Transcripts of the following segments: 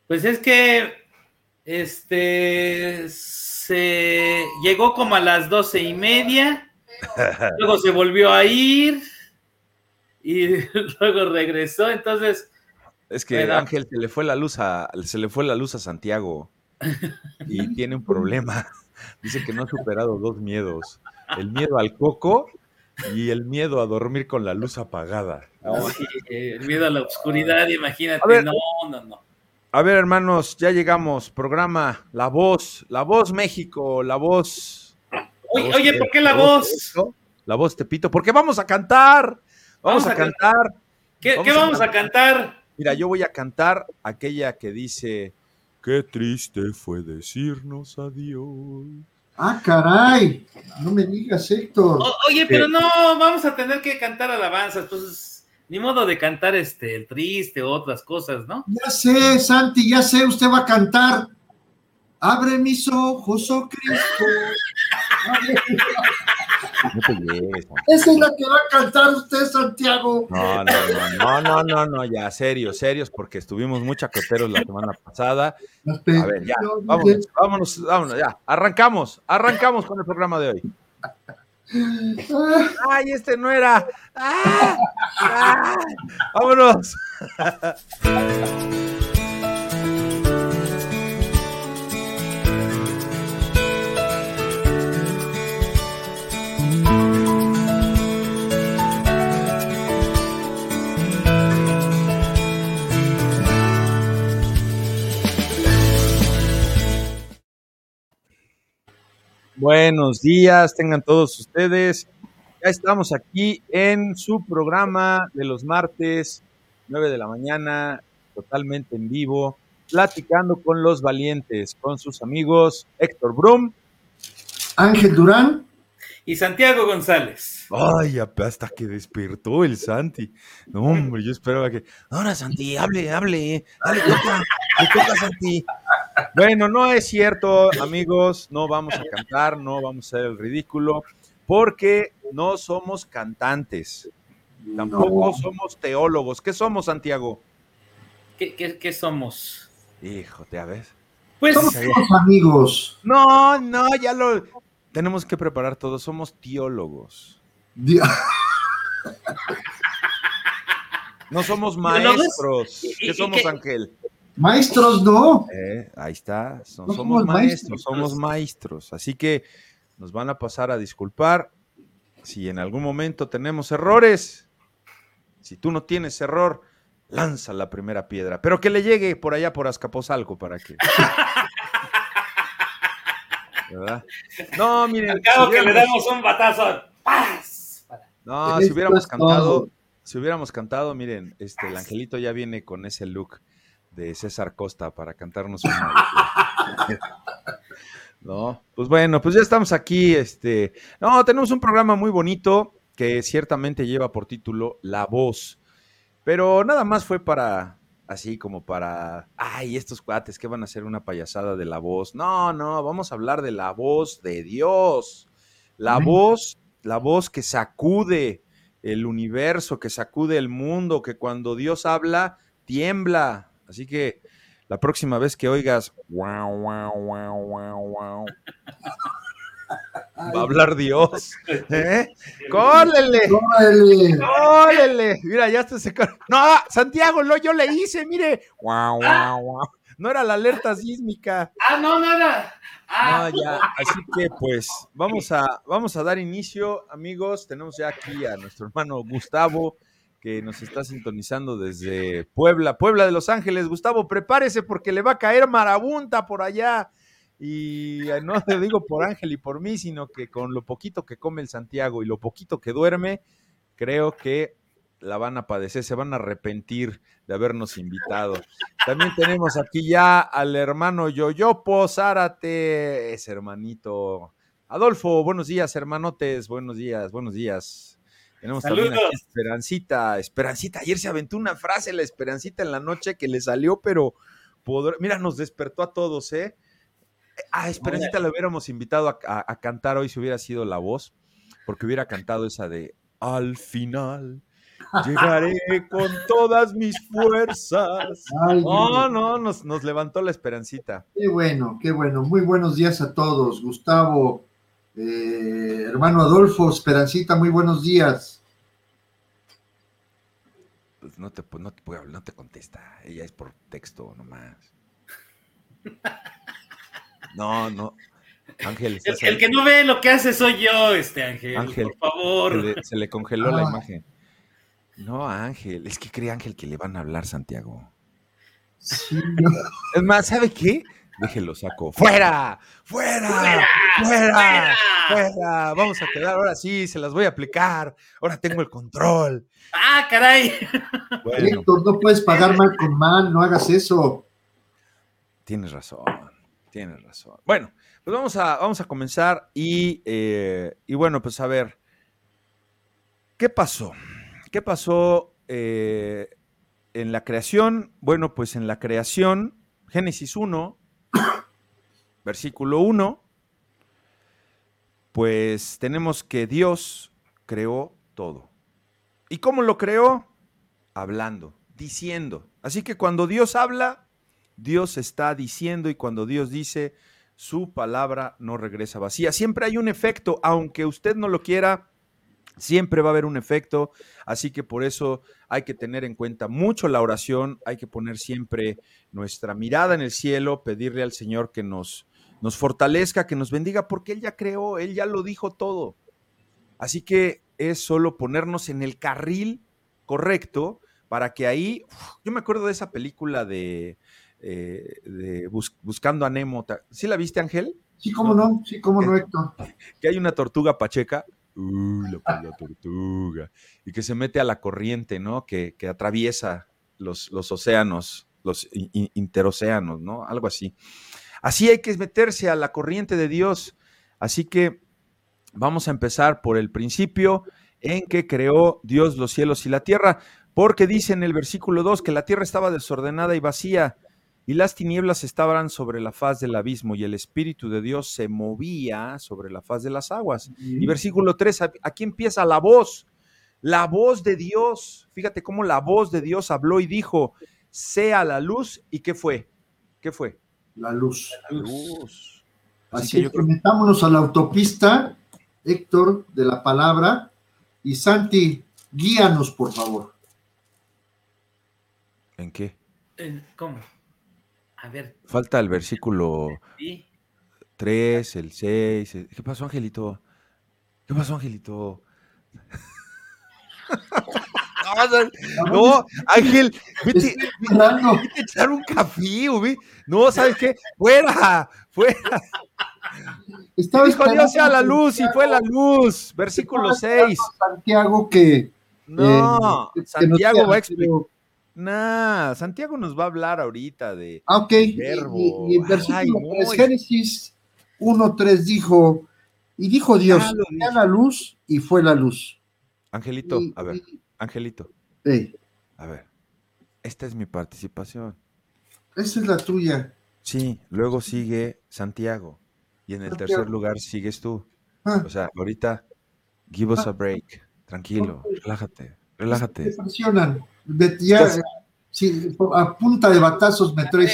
Pues es que se llegó como a las 12:30, luego se volvió a ir y luego regresó, entonces, Es que bueno. Ángel se le fue la luz a Santiago y tiene un problema. Dice que no ha superado dos miedos: el miedo al coco y el miedo a dormir con la luz apagada. No. Sí, el miedo a la oscuridad, A imagínate, ver, no, no, no. a ver, hermanos, ya llegamos. Programa La Voz México, La Voz Oye, Querétaro, ¿por qué la La Voz voz? Querétaro, La Voz Tepito, porque vamos a cantar. Vamos Vamos a a cantar. cantar. ¿Qué Vamos a vamos a cantar. cantar? Mira, yo voy a cantar aquella que dice: qué triste fue decirnos adiós. Ah, caray, no me digas, Héctor. Oye, Que pero no, vamos a tener que cantar alabanzas, pues ni modo de cantar el triste o otras cosas, ¿no? Ya sé, Santi, ya sé, usted va a cantar. Abre mis ojos, oh Cristo. no te llegues. Esa es la que va a cantar usted, Santiago. No, ya, serios, porque estuvimos muy chacoteros la semana pasada. A ver, ya, vámonos, ya. Arrancamos con el programa de hoy. ¡Ay, este no era! ¡Ah! ¡Ah! ¡Vámonos! Buenos días, tengan todos ustedes. Ya estamos aquí en su programa de los martes, 9 de la mañana, totalmente en vivo, platicando con los valientes, con sus amigos Héctor Brum, Ángel Durán y Santiago González. Ay, hasta que despertó el Santi. No, hombre, yo esperaba que... Ahora, Santi, hable. Dale, le toca, Santi. Bueno, no es cierto, amigos, no vamos a cantar, no vamos a hacer el ridículo, porque no somos cantantes, tampoco somos teólogos. ¿Qué somos, Santiago? ¿Qué somos? Hijo, ¿te ves? Pues somos amigos. No, ya lo tenemos que preparar todos, somos teólogos. No somos maestros. ¿Qué somos, Ángel? Maestros, no. Ahí está, No somos maestros, somos maestros. Así que nos van a pasar a disculpar si en algún momento tenemos errores. Si tú no tienes error, lanza la primera piedra, pero que le llegue por allá por Azcapotzalco para que... ¿verdad? No, miren. Al cabo que le damos un batazo. ¡Paz! No, si hubiéramos cantado, miren, el Angelito ya viene con ese look de César Costa para cantarnos una. No, pues bueno, pues ya estamos aquí. No, tenemos un programa muy bonito que ciertamente lleva por título La Voz, pero nada más fue así como para, ay, estos cuates que van a hacer una payasada de La Voz. No, vamos a hablar de la voz de Dios, la voz que sacude el universo, que sacude el mundo, que cuando Dios habla, tiembla. Así que la próxima vez que oigas wow, wow, wow, wow, wow, va a hablar Dios. ¡Cólele! Mira, ya está secando. No, Santiago, yo le hice, mire. Wow. No era la alerta sísmica. No era. No, ya. Así que, pues, vamos a dar inicio, amigos. Tenemos ya aquí a nuestro hermano Gustavo, que nos está sintonizando desde Puebla de Los Ángeles. Gustavo, prepárese porque le va a caer marabunta por allá. Y no te digo por Ángel y por mí, sino que con lo poquito que come el Santiago y lo poquito que duerme, creo que la van a padecer, se van a arrepentir de habernos invitado. También tenemos aquí ya al hermano Yoyopo Zárate, ese hermanito. Adolfo, buenos días, hermanotes, buenos días. Tenemos Saludos. también aquí Esperancita, ayer se aventó una frase, la Esperancita en la noche que le salió, pero mira, nos despertó a todos, ¿eh? A Esperancita le hubiéramos invitado a cantar hoy si hubiera sido La Voz, porque hubiera cantado esa de al final Llegaré con todas mis fuerzas. Ay, No, nos levantó la esperancita. qué bueno, qué bueno. Muy buenos días a todos. Gustavo, hermano Adolfo, Esperancita, muy buenos días. Pues no te puede hablar, no te contesta. Ella es por texto nomás. No. Ángel, ¿estás El ahí? que no ve lo que hace soy yo, Ángel. Ángel, Por favor. se le congeló la Ah. imagen. No, Ángel, es que cree Ángel que le van a hablar Santiago. Sí, no. Es más, ¿sabe qué? Déjelo saco. ¡Fuera! ¡Fuera! ¡Fuera! ¡Fuera! Vamos a quedar, ahora sí, se las voy a aplicar. Ahora tengo el control. ¡Ah, caray! Bueno, Héctor, no puedes pagar mal con mal, no hagas eso. tienes razón. Bueno, pues vamos a comenzar y bueno, pues a ver, ¿qué pasó? ¿Qué pasó en la creación? Bueno, pues en la creación, Génesis 1, versículo 1, pues tenemos que Dios creó todo. ¿Y cómo lo creó? Hablando, diciendo. Así que cuando Dios habla, Dios está diciendo, y cuando Dios dice, su palabra no regresa vacía. Siempre hay un efecto, aunque usted no lo quiera, siempre va a haber un efecto, así que por eso hay que tener en cuenta mucho la oración, hay que poner siempre nuestra mirada en el cielo, pedirle al Señor que nos fortalezca, que nos bendiga, porque Él ya creó, Él ya lo dijo todo. Así que es solo ponernos en el carril correcto para que ahí, yo me acuerdo de esa película de Buscando a Nemo. ¿Sí la viste, Ángel? Sí, cómo no, Héctor. Que hay una tortuga pacheca, la tortuga, y que se mete a la corriente, ¿no? Que atraviesa los océanos, los interocéanos, ¿no? Algo así. Así hay que meterse a la corriente de Dios. Así que vamos a empezar por el principio en que creó Dios los cielos y la tierra, porque dice en el versículo 2 que la tierra estaba desordenada y vacía, y las tinieblas estaban sobre la faz del abismo, y el Espíritu de Dios se movía sobre la faz de las aguas. Y versículo 3, aquí empieza la voz de Dios. Fíjate cómo la voz de Dios habló y dijo, sea la luz, ¿y qué fue? ¿Qué fue? La luz. La luz. Así que metámonos a la autopista, Héctor, de la palabra, y Santi, guíanos, por favor. ¿En qué? ¿Cómo? A ver. Falta el versículo 3, el 6. ¿Qué pasó, Angelito? No, Ángel, vete a echar un café, güey. No, ¿sabes qué? ¡Fuera! Dijo Dios sea la luz, y fue la luz. Versículo 6. Santiago que... No, Santiago va a explicar. Santiago nos va a hablar ahorita de verbo. Y el versículo 3, Génesis 1:3 dijo, y dijo Dios, sea la luz, y fue la luz. Angelito, Angelito. A ver, esta es mi participación. Esa es la tuya. Sí, luego sigue Santiago, y en el tercer lugar sigues tú. O sea, ahorita, give us a break. Tranquilo, relájate. Te presionan. Ya, sí, a punta de batazos me traes.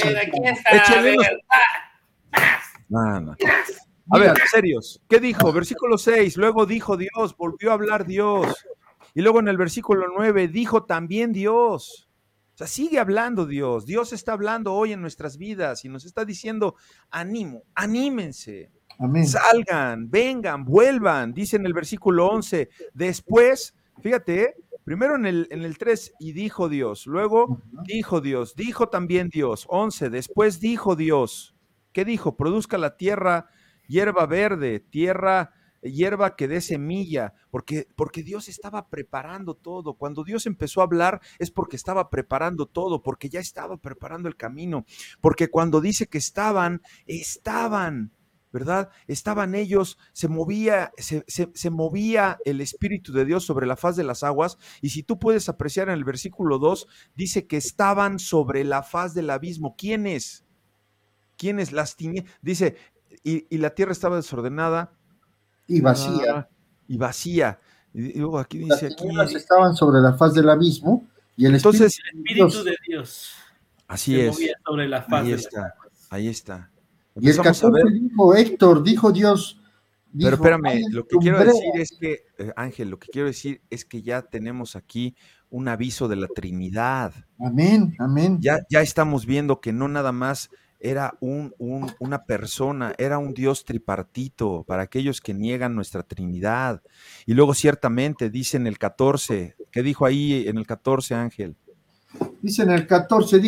No. A ver, serios. ¿Qué dijo? Versículo 6. Luego dijo Dios, volvió a hablar Dios. Y luego en el versículo 9 dijo también Dios. O sea, sigue hablando Dios. Dios está hablando hoy en nuestras vidas y nos está diciendo, anímense. Amén. Salgan, vengan, vuelvan, dice en el versículo 11. Después, fíjate, primero en el 3, y dijo Dios, luego dijo Dios, dijo también Dios. 11, después dijo Dios. ¿Qué dijo? Produzca la tierra hierba verde, hierba que dé semilla, porque Dios estaba preparando todo. Cuando Dios empezó a hablar es porque estaba preparando todo, porque ya estaba preparando el camino, porque cuando dice que estaban, ¿verdad? Estaban ellos, se movía el Espíritu de Dios sobre la faz de las aguas, y si tú puedes apreciar en el versículo 2, dice que estaban sobre la faz del abismo. ¿Quiénes? Las tinieblas. Dice, y la tierra estaba desordenada. Y vacía. Y luego aquí Las dice tinieblas estaban sobre la faz del abismo y el entonces, Espíritu de Dios así se es. movía sobre la faz Ahí de está, las aguas. ahí está. Y el Empezamos a 14 ver. dijo Héctor, dijo Dios, Pero dijo, espérame, hay lo que quiero decir es lumbreras. que, Ángel, lo que quiero decir es que ya tenemos aquí un aviso de la Trinidad. Amén, amén. Ya estamos viendo que no nada más era una persona, era un Dios tripartito para aquellos que niegan nuestra Trinidad. Y luego ciertamente dice en el 14, ¿qué dijo ahí en el 14, Ángel? Dice en el 14,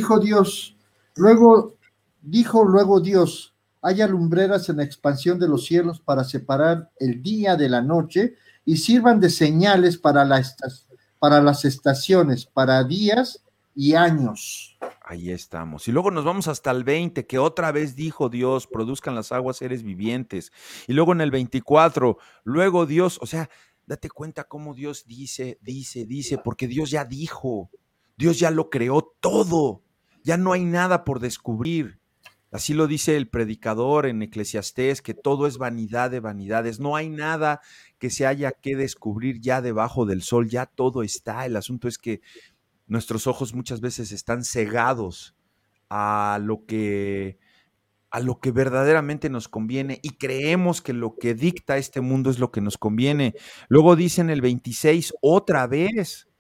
luego Dios, haya lumbreras en la expansión de los cielos para separar el día de la noche y sirvan de señales para las estaciones, para días y años. Ahí estamos. Y luego nos vamos hasta el 20, que otra vez dijo Dios, produzcan las aguas seres vivientes. Y luego en el 24, luego Dios, o sea, date cuenta cómo Dios dice, porque Dios ya dijo, Dios ya lo creó todo, ya no hay nada por descubrir. Así lo dice el predicador en Eclesiastés, que todo es vanidad de vanidades, no hay nada que se haya que descubrir ya debajo del sol, ya todo está. El asunto es que nuestros ojos muchas veces están cegados a lo que verdaderamente nos conviene y creemos que lo que dicta este mundo es lo que nos conviene. Luego dice en el 26 otra vez.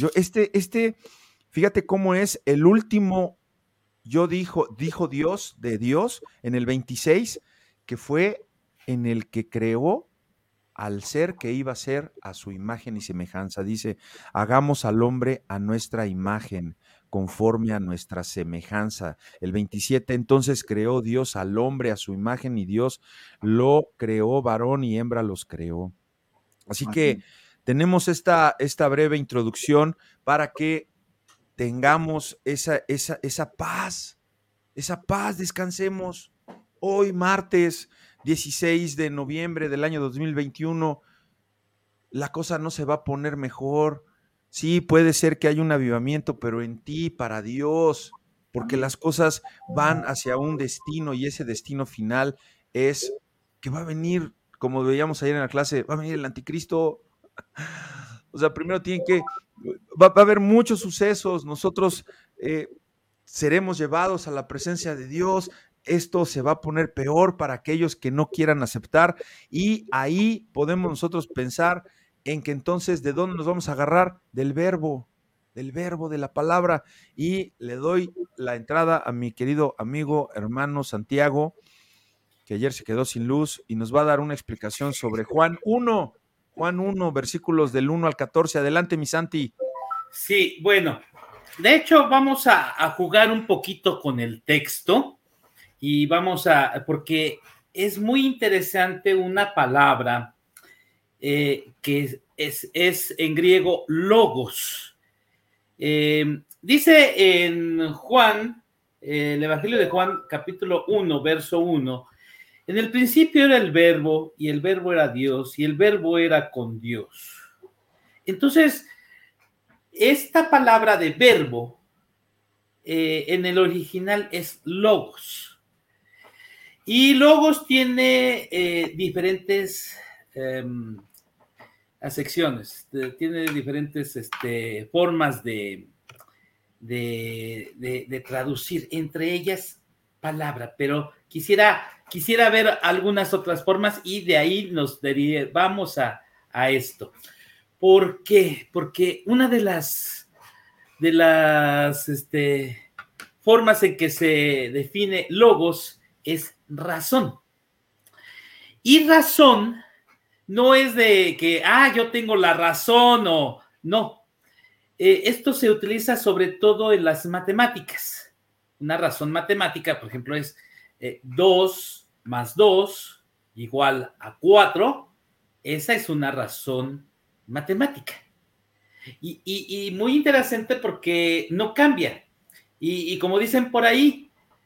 Fíjate cómo es el último dijo Dios de Dios en el 26, que fue en el que creó al ser que iba a ser a su imagen y semejanza. Dice, hagamos al hombre a nuestra imagen, conforme a nuestra semejanza. El 27, entonces creó Dios al hombre a su imagen y Dios lo creó, varón y hembra los creó. Así que tenemos esta breve introducción para que tengamos esa paz, descansemos. Hoy, martes 16 de noviembre del año 2021, la cosa no se va a poner mejor. Sí, puede ser que haya un avivamiento, pero en ti, para Dios, porque las cosas van hacia un destino y ese destino final es que va a venir, como veíamos ayer en la clase, va a venir el anticristo. O sea, primero va a haber muchos sucesos, nosotros seremos llevados a la presencia de Dios, esto se va a poner peor para aquellos que no quieran aceptar y ahí podemos nosotros pensar en que entonces, ¿de dónde nos vamos a agarrar? Del verbo, de la palabra. Y le doy la entrada a mi querido amigo, hermano Santiago, que ayer se quedó sin luz y nos va a dar una explicación sobre Juan 1, versículos del 1 al 14. Adelante, mi Santi. Sí, bueno, de hecho vamos a jugar un poquito con el texto y porque es muy interesante una palabra que es en griego logos. Dice en Juan, el Evangelio de Juan, capítulo 1, verso 1, en el principio era el verbo, y el verbo era Dios, y el verbo era con Dios. Entonces, esta palabra de verbo en el original es logos. Y logos tiene diferentes acepciones, tiene diferentes formas de traducir, entre ellas palabra, pero quisiera ver algunas otras formas y de ahí nos derivamos a esto. ¿Por qué? Porque una de las formas en que se define logos es razón. Y razón no es de que, yo tengo la razón o no. Esto se utiliza sobre todo en las matemáticas. Una razón matemática, por ejemplo, es 2 más 2 igual a 4. Esa es una razón matemática. Y muy interesante porque no cambia. Y como dicen por ahí,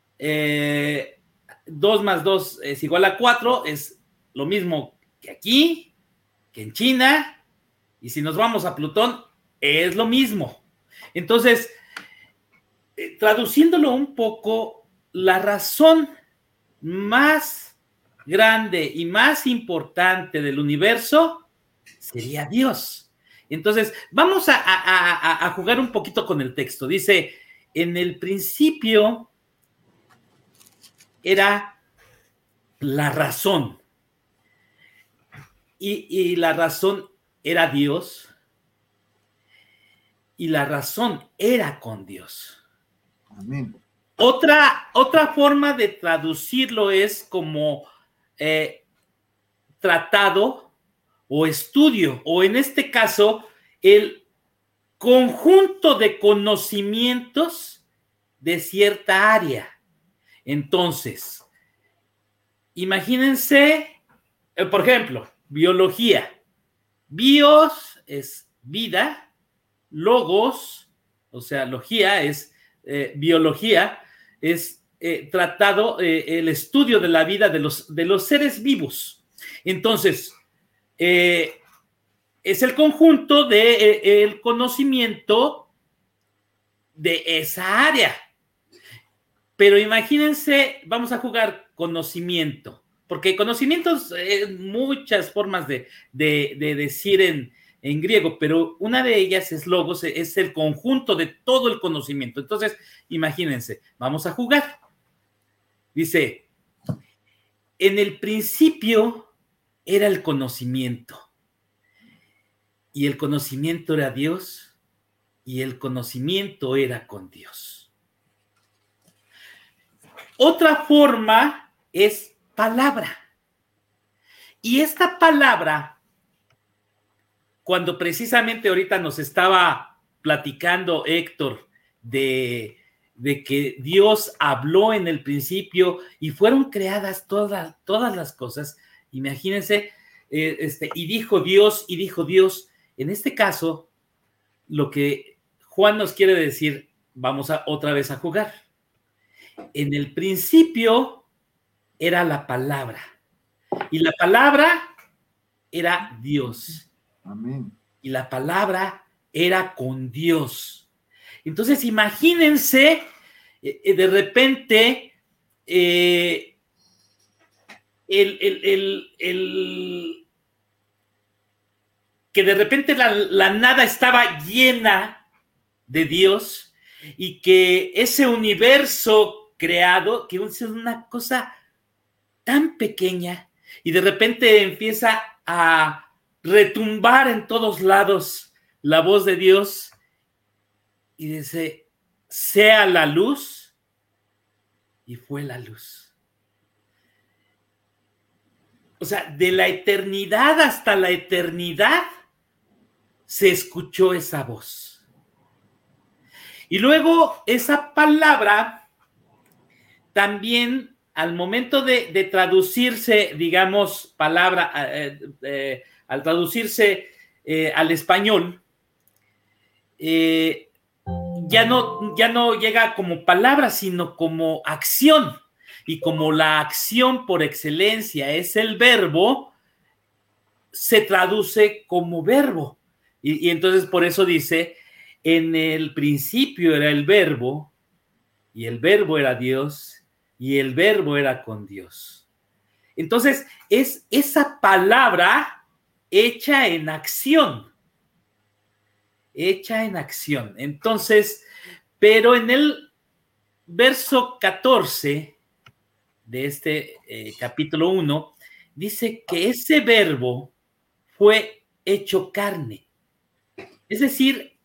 2 más 2 es igual a 4, es lo mismo que aquí, que en China, y si nos vamos a Plutón, es lo mismo. Entonces, traduciéndolo un poco, la razón más grande y más importante del universo sería Dios. Entonces, vamos a jugar un poquito con el texto. Dice, en el principio era la razón. Y la razón era Dios. Y la razón era con Dios. Amén. Otra forma de traducirlo es como tratado o estudio, o en este caso, el conjunto de conocimientos de cierta área. Entonces, imagínense, por ejemplo, biología. Bios es vida, logos, o sea, logía es biología, es tratado el estudio de la vida de los seres vivos. Entonces, es el conjunto del conocimiento de esa área. Pero imagínense, vamos a jugar conocimiento, porque conocimientos, muchas formas de decir en griego, pero una de ellas es logos, es el conjunto de todo el conocimiento. Entonces, imagínense, vamos a jugar. Dice, en el principio era el conocimiento, y el conocimiento era Dios, y el conocimiento era con Dios. Otra forma es palabra. Y esta palabra, cuando precisamente ahorita nos estaba platicando Héctor de que Dios habló en el principio y fueron creadas todas las cosas, imagínense, y dijo Dios, en este caso, lo que Juan nos quiere decir, vamos otra vez a jugar. En el principio era la palabra, y la palabra era Dios. Amén. Y la palabra era con Dios. Entonces, imagínense, de repente, que de repente la nada estaba llena de Dios, y que ese universo creado, que es una cosa tan pequeña, y de repente empieza a retumbar en todos lados la voz de Dios, y dice, sea la luz, y fue la luz. O sea, de la eternidad hasta la eternidad se escuchó esa voz. Y luego esa palabra también, al momento de traducirse, digamos, palabra, al traducirse al español, ya no llega como palabra, sino como acción. Y como la acción por excelencia es el verbo, se traduce como verbo. Y entonces por eso dice, en el principio era el verbo, y el verbo era Dios, y el verbo era con Dios. Entonces, es esa palabra hecha en acción. Hecha en acción. Entonces, pero en el verso 14 de este capítulo 1, dice que ese verbo fue hecho carne. Es decir,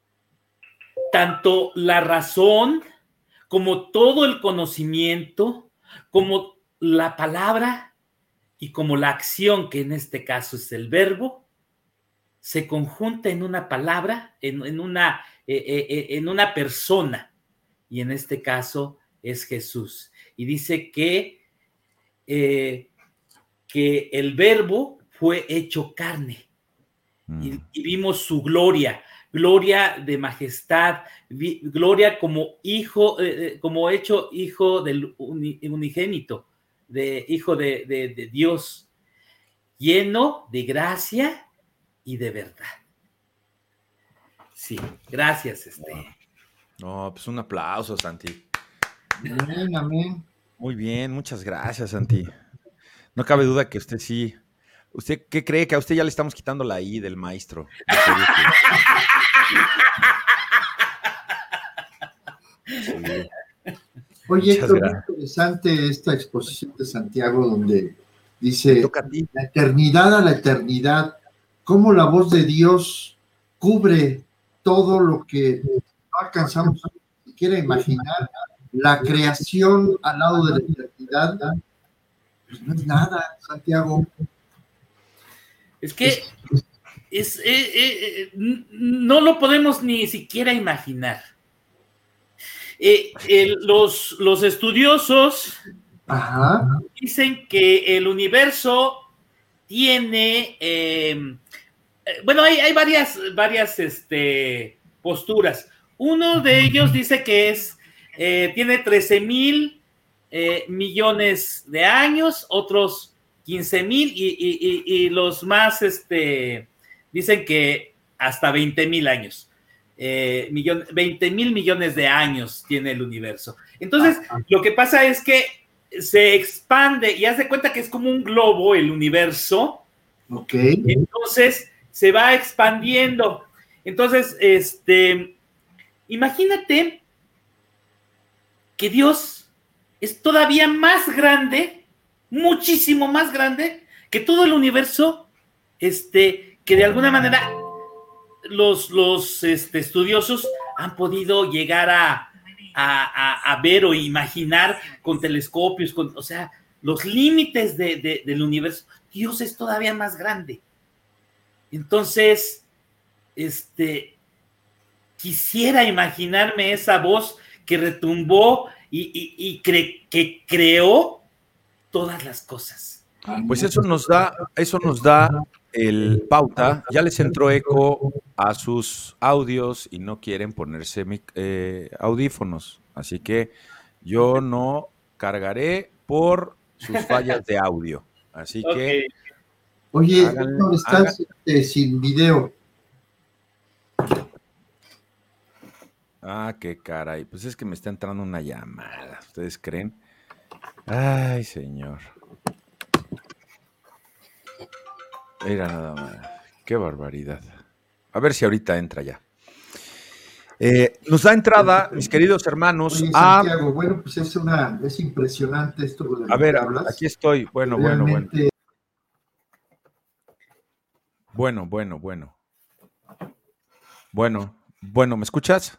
tanto la razón como todo el conocimiento, como la palabra y como la acción, que en este caso es el verbo, se conjunta en una palabra, en una persona, y en este caso es Jesús. Y dice que el verbo fue hecho carne, y vimos su gloria de majestad, gloria como hijo, como hecho hijo del unigénito, hijo de Dios, lleno de gracia y de verdad. Sí, gracias. No, pues un aplauso, Santi. Amén, amén. Muy bien, muchas gracias, Santi. No cabe duda que usted sí ¿Usted qué cree? Que a usted ya le estamos quitando la I del maestro. Sí. Oye, Muchas Héctor, muy gracias. interesante esta exposición de Santiago donde Me dice toca a ti. la eternidad a la eternidad, cómo la voz de Dios cubre todo lo que no alcanzamos ni siquiera imaginar. La creación al lado de la eternidad, pues no es nada, Santiago. Es que no lo podemos ni siquiera imaginar. Los estudiosos Ajá. dicen que el universo tiene, bueno, hay varias posturas. Uno de ellos dice que tiene 13,000 millones de años, otros 15,000 y los más dicen que hasta 20,000 años. 20,000 millones de años tiene el universo. Entonces, lo que pasa es que se expande y haz de cuenta que es como un globo el universo. Ok. Entonces, se va expandiendo. Entonces, imagínate que Dios es todavía más grande, muchísimo más grande que todo el universo, que de alguna manera los estudiosos han podido llegar a ver o imaginar con telescopios, o sea, los límites del universo. Dios es todavía más grande. Entonces, quisiera imaginarme esa voz que retumbó y que creó todas las cosas. Pues eso nos da el pauta. Ya les entró eco a sus audios y no quieren ponerse audífonos. Así que yo no cargaré por sus fallas de audio. Así que Oye, Héctor, estás sin video. Ah, qué caray. Pues es que me está entrando una llamada. ¿Ustedes creen? Ay, señor. Era nada más. Qué barbaridad. A ver si ahorita entra ya. Nos da entrada, mis queridos hermanos, Oye, Santiago, bueno, pues es impresionante esto de lo A ver, que hablas. aquí estoy. Bueno. Realmente. Bueno, ¿me escuchas?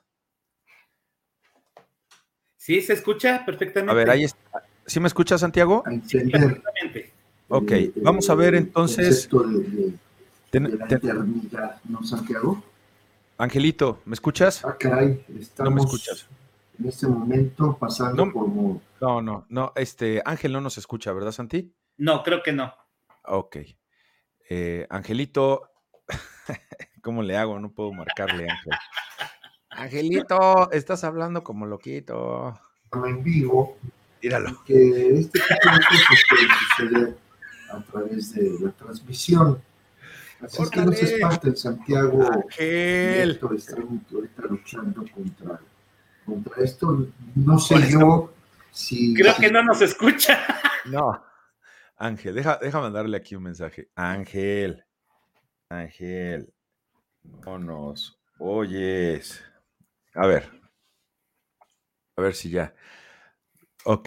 Sí, se escucha perfectamente. A ver, ahí está. ¿Sí me escuchas, Santiago? A entender. Ok, vamos a ver entonces. El concepto de la eternidad, ¿no, Santiago? Angelito, ¿me escuchas? Ah, caray, estamos no me escuchas. En este momento pasando por... No, Ángel no nos escucha, ¿verdad, Santi? No, creo que no. Ok. Angelito, ¿cómo le hago? No puedo marcarle, Ángel. Angelito, estás hablando como loquito. En vivo. Míralo. Que este tipo de cosas pueden suceder a través de la transmisión. Así es que no se espanten, Santiago. Ángel. Héctor están ahorita luchando contra esto. No sé yo si... Creo que no nos escucha. No. Ángel, deja mandarle aquí un mensaje. Ángel, no nos oyes. A ver si ya. Ok.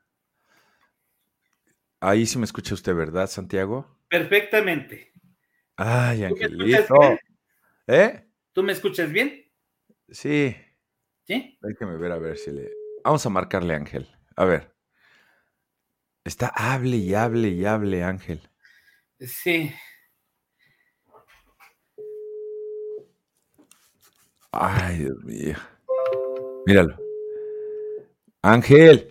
Ahí sí me escucha usted, ¿verdad, Santiago? Perfectamente. Ay, Angelito. ¿Tú me escuchas bien? Sí. ¿Sí? Déjeme ver a ver si le... Vamos a marcarle a Ángel. A ver. Está hable y hable, Ángel. Sí. Ay, Dios mío. Míralo. Ángel.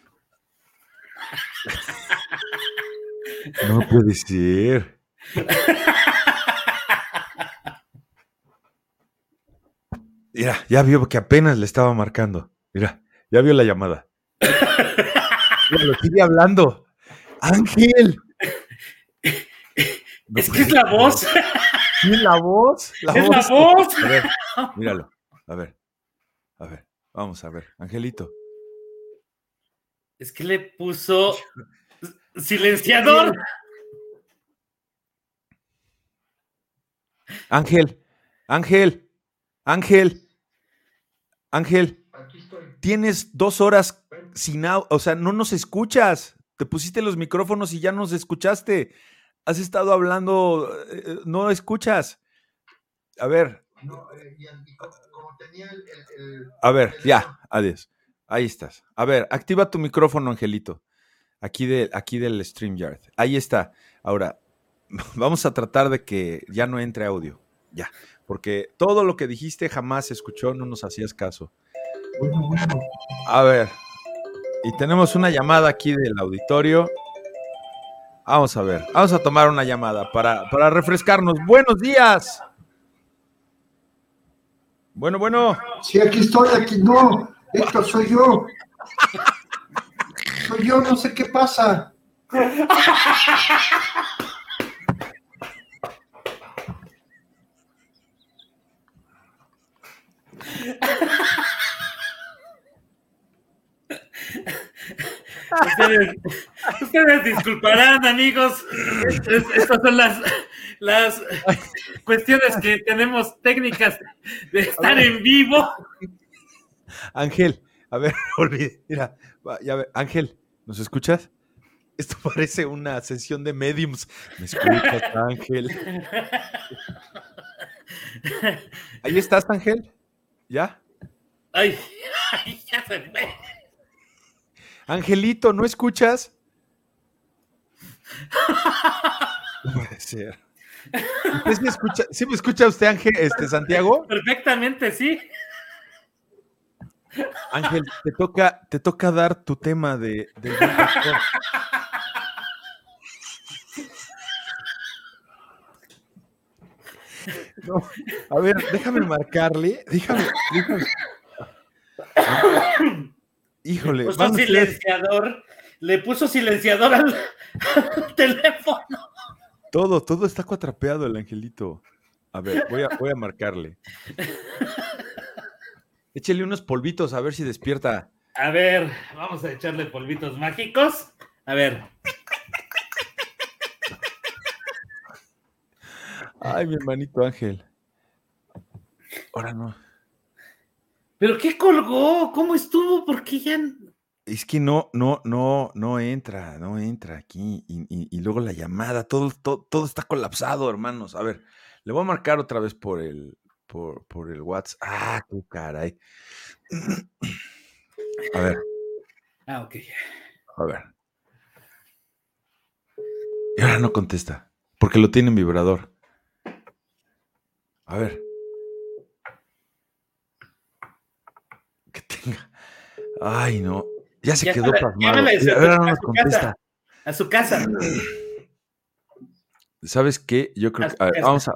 No puede ser. Mira, ya vio que apenas le estaba marcando. Mira, ya vio la llamada. Mira, lo sigue hablando. ¡Ángel! No es que es la voz. ¿Sí, la voz? ¡Es la voz! A ver, míralo. A ver. Vamos a ver. Angelito. Es que le puso silenciador. Ángel, Ángel, Ángel, Ángel. Aquí estoy. Tienes 2 horas sin audio, o sea, no nos escuchas. Te pusiste los micrófonos y ya nos escuchaste. Has estado hablando, no escuchas. A ver. No, y como tenía A ver, ya, adiós. Ahí estás. A ver, activa tu micrófono, Angelito. Aquí del StreamYard. Ahí está. Ahora, vamos a tratar de que ya no entre audio. Ya. Porque todo lo que dijiste jamás se escuchó, no nos hacías caso. Bueno. A ver. Y tenemos una llamada aquí del auditorio. Vamos a ver. Vamos a tomar una llamada para refrescarnos. ¡Buenos días! Bueno. Sí, aquí estoy, aquí no. Héctor, soy yo. Soy yo, no sé qué pasa. Ustedes disculparán, amigos. Estas son las cuestiones que tenemos técnicas de estar en vivo. Ángel, a ver, olvide. Mira, ya ve, Ángel, ¿nos escuchas? Esto parece una sesión de mediums. ¿Me escuchas, Ángel? ¿Ahí estás, Ángel? ¿Ya? Ay, ya se fue. Angelito, ¿no escuchas? No puede ser. ¿Sí me escucha usted, Ángel, Santiago? Perfectamente, sí. Ángel, te toca dar tu tema del buen pastor. No, a ver, déjame marcarle. Déjame. Híjole, le puso silenciador al teléfono. Todo está cuatrapeado el Angelito. A ver, voy a marcarle. Échele unos polvitos a ver si despierta. A ver, vamos a echarle polvitos mágicos. A ver. Ay, mi hermanito Ángel. Ahora no. ¿Pero qué colgó? ¿Cómo estuvo? ¿Por qué ya...? Es que no entra aquí. Y luego la llamada, todo está colapsado, hermanos. A ver, le voy a marcar otra vez por el WhatsApp. Ah, qué caray. A ver. Ah, ok. A ver. Y ahora no contesta, porque lo tiene en vibrador. A ver. Que tenga. Ay, no. Ya se quedó pasmado. Ahora no nos contesta. A su casa. ¿Sabes qué? Yo creo que... A ver, vamos.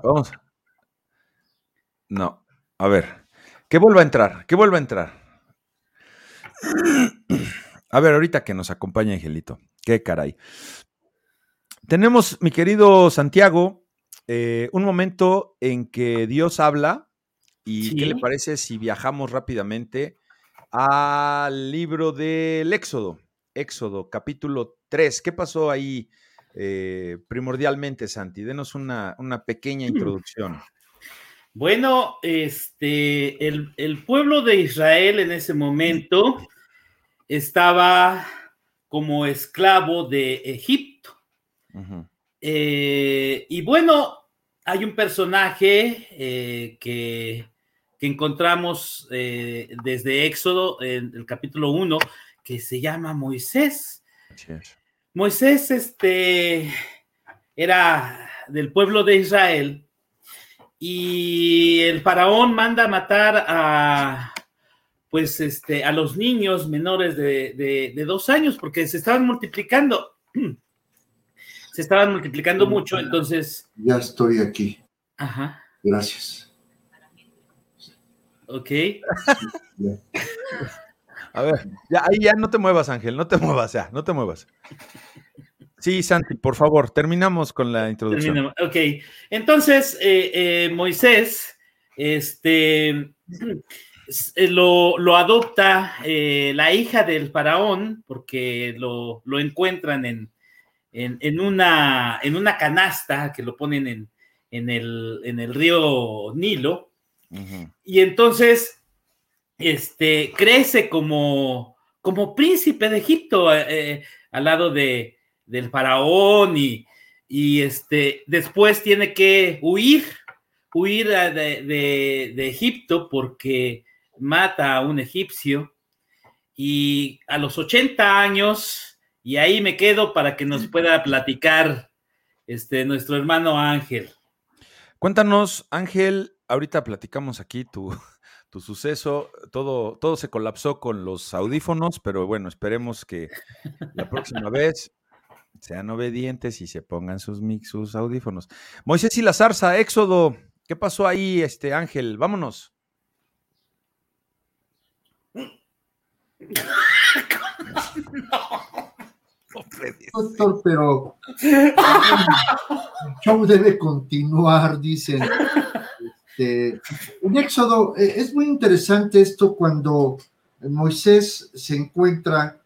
No. A ver. Que vuelva a entrar. A ver, ahorita que nos acompaña Angelito. Qué caray. Tenemos, mi querido Santiago, un momento en que Dios habla. ¿Y sí. qué le parece si viajamos rápidamente al libro del Éxodo? Éxodo, capítulo 3. ¿Qué pasó ahí primordialmente, Santi? Denos una pequeña introducción. Bueno, el pueblo de Israel en ese momento estaba como esclavo de Egipto. Uh-huh. Y bueno, hay un personaje que encontramos desde Éxodo, en el capítulo 1, que se llama Moisés. Yes. Moisés era del pueblo de Israel y el faraón manda a matar a los niños menores de 2 años porque se estaban multiplicando. Se estaban multiplicando mucho, entonces... Ya estoy aquí. Ajá. Gracias. Ok. A ver, ahí ya no te muevas, Ángel, no te muevas. Sí, Santi, por favor, terminamos con la introducción. Ok, entonces Moisés lo adopta la hija del faraón porque lo encuentran en una canasta que lo ponen en el río Nilo, Ujú. y entonces crece como príncipe de Egipto, al lado del faraón, y después tiene que huir de Egipto porque mata a un egipcio, y a los 80 años, y ahí me quedo para que nos pueda platicar nuestro hermano Ángel. Cuéntanos, Ángel, ahorita platicamos aquí tu suceso, todo se colapsó con los audífonos, pero bueno, esperemos que la próxima vez sean obedientes y se pongan sus audífonos. Moisés y la zarza, Éxodo, ¿qué pasó ahí, Ángel? Vámonos. No puede ser. Doctor, pero el show debe continuar, dicen. En Éxodo es muy interesante esto cuando Moisés se encuentra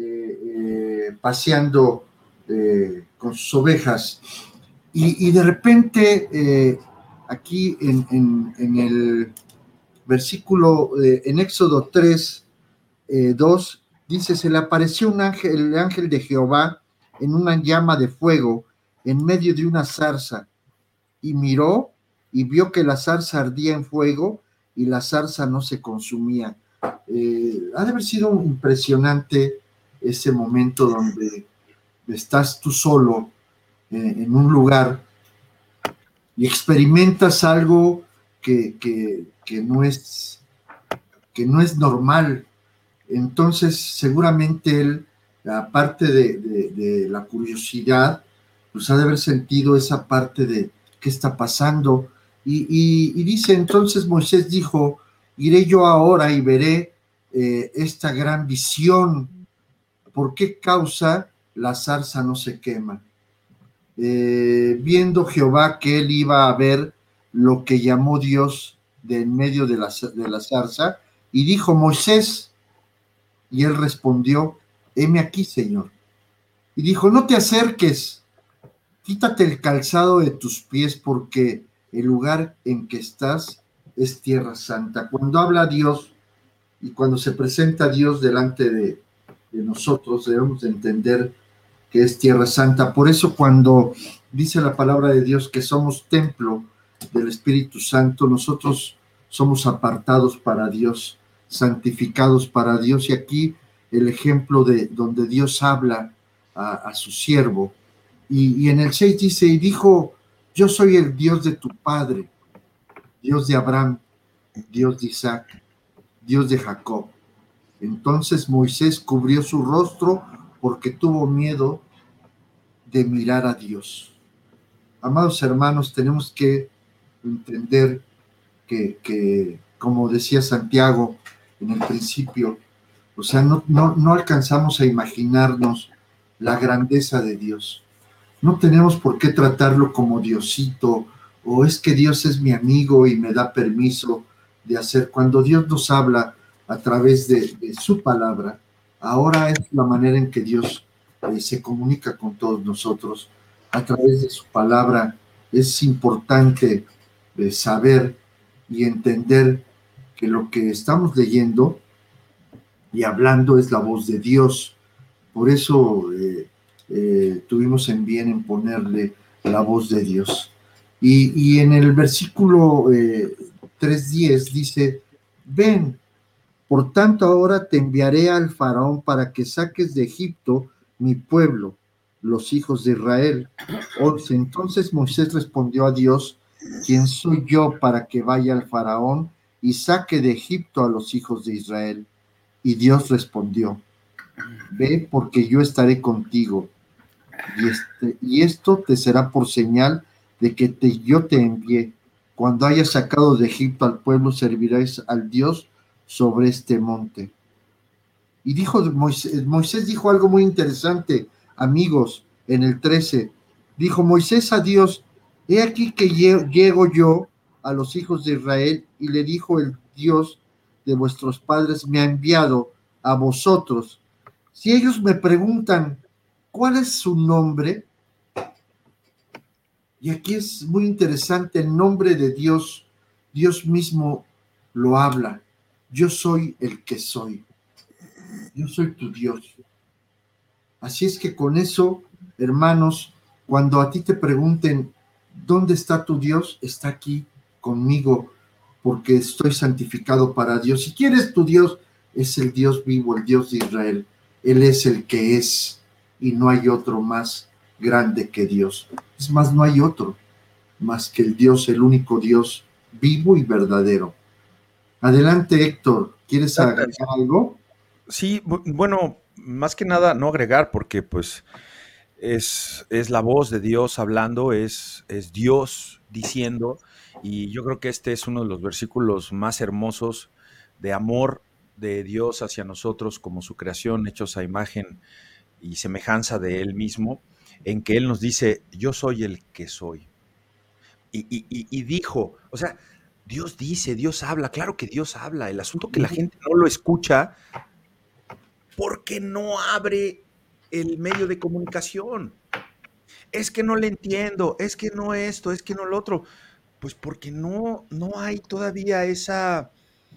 paseando con sus ovejas y de repente aquí en el versículo, en Éxodo 3, 2, dice, se le apareció el ángel de Jehová en una llama de fuego en medio de una zarza, y miró y vio que la zarza ardía en fuego y la zarza no se consumía. Ha de haber sido impresionante ese momento donde estás tú solo en un lugar y experimentas algo que no es normal. Entonces, seguramente él, aparte de la curiosidad, pues ha de haber sentido esa parte de qué está pasando. Y dice, entonces Moisés dijo, iré yo ahora y veré esta gran visión. ¿Por qué causa la zarza no se quema? Viendo Jehová que él iba a ver lo que llamó Dios de en medio de la zarza, y dijo, Moisés, y él respondió, heme aquí, Señor. Y dijo, no te acerques, quítate el calzado de tus pies, porque el lugar en que estás es tierra santa. Cuando habla Dios y cuando se presenta Dios delante de nosotros, debemos de entender que es tierra santa. Por eso cuando dice la palabra de Dios que somos templo del Espíritu Santo, nosotros somos apartados para Dios, santificados para Dios. Y aquí el ejemplo de donde Dios habla a su siervo. Y en el 6 dice, y dijo, yo soy el Dios de tu padre, Dios de Abraham, Dios de Isaac, Dios de Jacob. Entonces Moisés cubrió su rostro porque tuvo miedo de mirar a Dios. Amados hermanos, tenemos que entender que como decía Santiago en el principio, o sea, no alcanzamos a imaginarnos la grandeza de Dios. No tenemos por qué tratarlo como Diosito, o es que Dios es mi amigo y me da permiso de hacer. Cuando Dios nos habla a través de su palabra, ahora es la manera en que Dios se comunica con todos nosotros a través de su palabra. Es importante saber y entender que lo que estamos leyendo y hablando es la voz de Dios. Por eso tuvimos en bien en ponerle la voz de Dios. Y en el versículo 3:10 dice, ven, por tanto ahora te enviaré al faraón para que saques de Egipto mi pueblo, los hijos de Israel. 11. Entonces Moisés respondió a Dios, ¿quién soy yo para que vaya al faraón y saque de Egipto a los hijos de Israel? Y Dios respondió, ve, porque yo estaré contigo, y esto te será por señal de que yo te envié. Cuando hayas sacado de Egipto al pueblo, serviréis al Dios sobre este monte. Y dijo Moisés dijo algo muy interesante, amigos, en el 13. Dijo Moisés a Dios, he aquí que llego yo a los hijos de Israel, y le dijo el Dios de vuestros padres, me ha enviado a vosotros. Si ellos me preguntan, ¿cuál es su nombre? Y aquí es muy interesante el nombre de Dios. Dios mismo lo habla. Yo soy el que soy. Yo soy tu Dios. Así es que con eso, hermanos, cuando a ti te pregunten, ¿dónde está tu Dios? Está aquí conmigo, porque estoy santificado para Dios. Si quieres tu Dios, es el Dios vivo, el Dios de Israel. Él es el que es, y no hay otro más grande que Dios. Es más, no hay otro más que el Dios, el único Dios vivo y verdadero. Adelante, Héctor, ¿quieres agregar algo? Sí, bueno, más que nada no agregar, porque pues es la voz de Dios hablando, es Dios diciendo, y yo creo que este es uno de los versículos más hermosos de amor de Dios hacia nosotros como su creación, hechos a imagen y semejanza de Él mismo, en que Él nos dice, yo soy el que soy. Y dijo, o sea, Dios dice, Dios habla, claro que Dios habla, el asunto que la gente no lo escucha porque no abre el medio de comunicación. Es que no le entiendo, es que no esto, es que no lo otro. Pues porque no hay todavía esas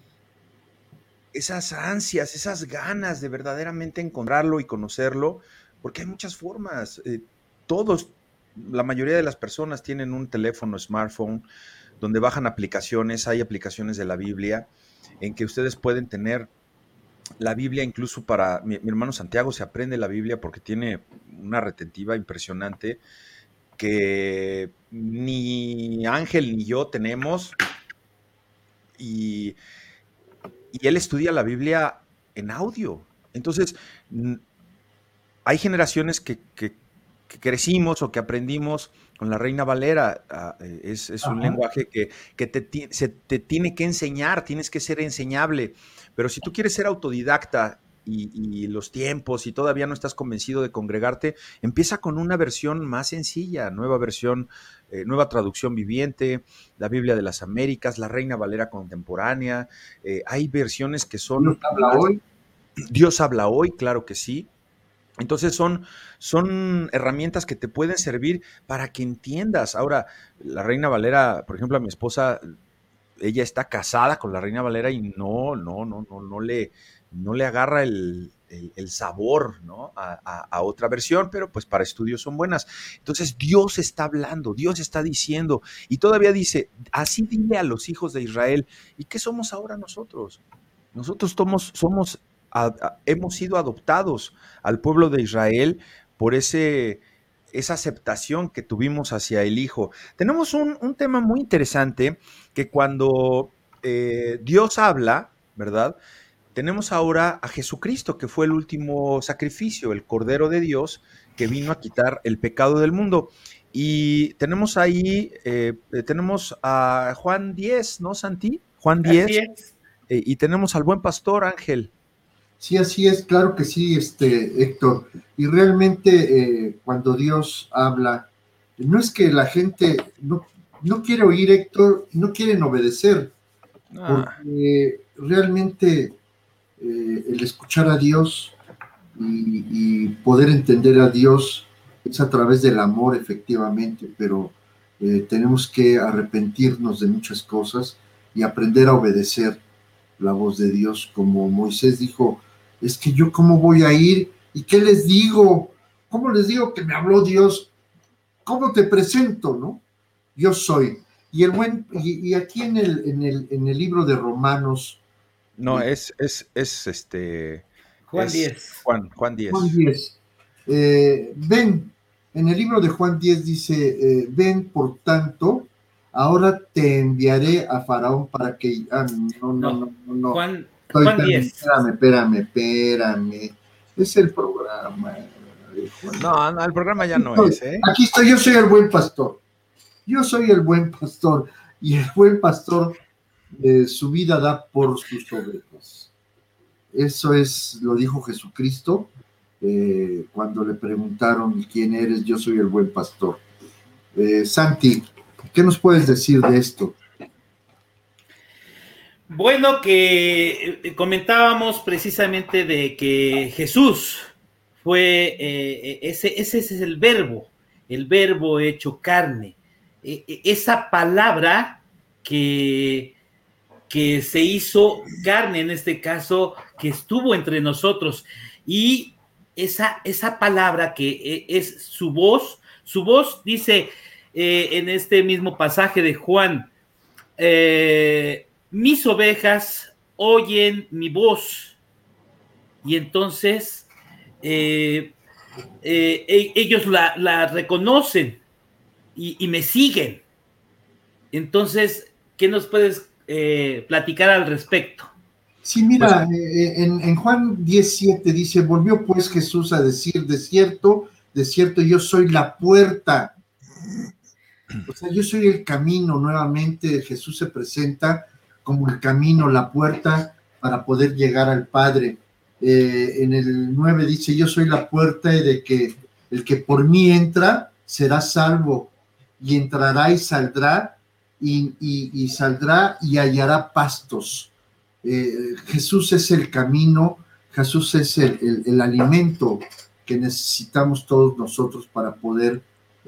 ansias, esas ganas de verdaderamente encontrarlo y conocerlo, porque hay muchas formas. Todos, la mayoría de las personas tienen un teléfono smartphone donde bajan aplicaciones, hay aplicaciones de la Biblia en que ustedes pueden tener la Biblia incluso para, mi hermano Santiago se aprende la Biblia porque tiene una retentiva impresionante que ni Ángel ni yo tenemos, y él estudia la Biblia en audio. Entonces, hay generaciones que crecimos o que aprendimos con la Reina Valera. Es un lenguaje que se te tiene que enseñar, tienes que ser enseñable. Pero si tú quieres ser autodidacta y los tiempos y todavía no estás convencido de congregarte, empieza con una versión más sencilla, nueva versión, nueva traducción viviente, la Biblia de las Américas, la Reina Valera contemporánea. Hay versiones que son... Dios habla hoy. Dios habla hoy, claro que sí. Entonces son herramientas que te pueden servir para que entiendas. Ahora, la Reina Valera, por ejemplo, a mi esposa, ella está casada con la Reina Valera y no le agarra el sabor, ¿no? a otra versión, pero pues para estudios son buenas. Entonces Dios está hablando, Dios está diciendo, y todavía dice, así dile a los hijos de Israel. ¿Y qué somos ahora nosotros? Nosotros hemos sido adoptados al pueblo de Israel por esa aceptación que tuvimos hacia el Hijo. Tenemos un tema muy interesante que cuando Dios habla, ¿verdad? Tenemos ahora a Jesucristo, que fue el último sacrificio, el Cordero de Dios, que vino a quitar el pecado del mundo. Y tenemos ahí, tenemos a Juan 10, ¿no, Santi? Juan 10. Así es. Y tenemos al buen pastor, Ángel. Sí, así es, claro que sí, Héctor. Y realmente cuando Dios habla, no es que la gente no quiere oír, Héctor, no quieren obedecer, porque realmente el escuchar a Dios y poder entender a Dios es a través del amor, efectivamente, pero tenemos que arrepentirnos de muchas cosas y aprender a obedecer la voz de Dios, como Moisés dijo, es que yo cómo voy a ir y qué les digo, cómo les digo que me habló Dios, cómo te presento, ¿no? Yo soy. Y aquí en el libro de Romanos. No, es Juan 10. Juan 10. Juan 10. Ven, en el libro de Juan 10 dice, ven, por tanto, ahora te enviaré a Faraón para que... no. Juan 10. Espérame. Es el programa. No, el programa ya no es, ¿eh? Aquí estoy, yo soy el buen pastor. Yo soy el buen pastor. Y el buen pastor su vida da por sus ovejas. Eso lo dijo Jesucristo cuando le preguntaron quién eres. Yo soy el buen pastor. Santi, ¿qué nos puedes decir de esto? Bueno, que comentábamos precisamente de que Jesús fue, ese es el verbo hecho carne. esa palabra que se hizo carne, en este caso, que estuvo entre nosotros. Y esa palabra que es su voz dice en este mismo pasaje de Juan, mis ovejas oyen mi voz. Y entonces ellos la reconocen y me siguen. Entonces, ¿qué nos puedes platicar al respecto? Sí, mira, en Juan 10:7 dice, volvió pues Jesús a decir, de cierto, yo soy la puerta. O sea, yo soy el camino. Nuevamente Jesús se presenta como el camino, la puerta para poder llegar al Padre. En el 9 dice, yo soy la puerta y de que el que por mí entra será salvo, y entrará y saldrá, y saldrá y hallará pastos. Jesús es el camino, Jesús es el alimento que necesitamos todos nosotros para poder,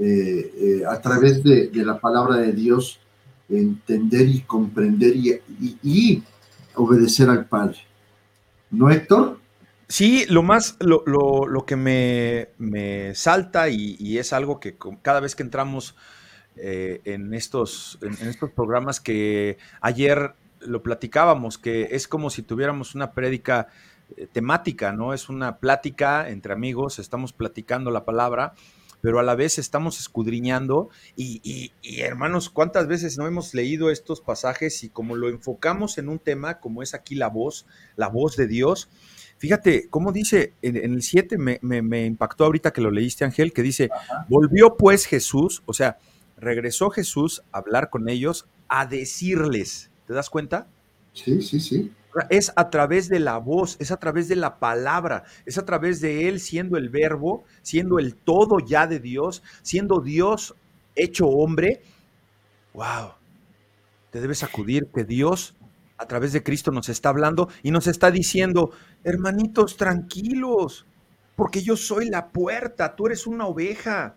a través de la palabra de Dios, entender y comprender y obedecer al Padre. ¿No, Héctor? Sí, lo que me salta y es algo que cada vez que entramos en estos programas, que ayer lo platicábamos, que es como si tuviéramos una prédica temática, ¿no? Es una plática entre amigos, estamos platicando la palabra, pero a la vez estamos escudriñando y hermanos, ¿cuántas veces no hemos leído estos pasajes y como lo enfocamos en un tema como es aquí la voz de Dios? Fíjate cómo dice en el 7, me impactó ahorita que lo leíste, Ángel, que dice, volvió pues Jesús, o sea, regresó Jesús a hablar con ellos, a decirles, ¿te das cuenta? Sí, sí, sí. Es a través de la voz, es a través de la palabra, es a través de Él siendo el verbo, siendo el todo ya de Dios, siendo Dios hecho hombre. ¡Wow! Te debes sacudir que Dios a través de Cristo nos está hablando y nos está diciendo, hermanitos, tranquilos, porque yo soy la puerta, tú eres una oveja.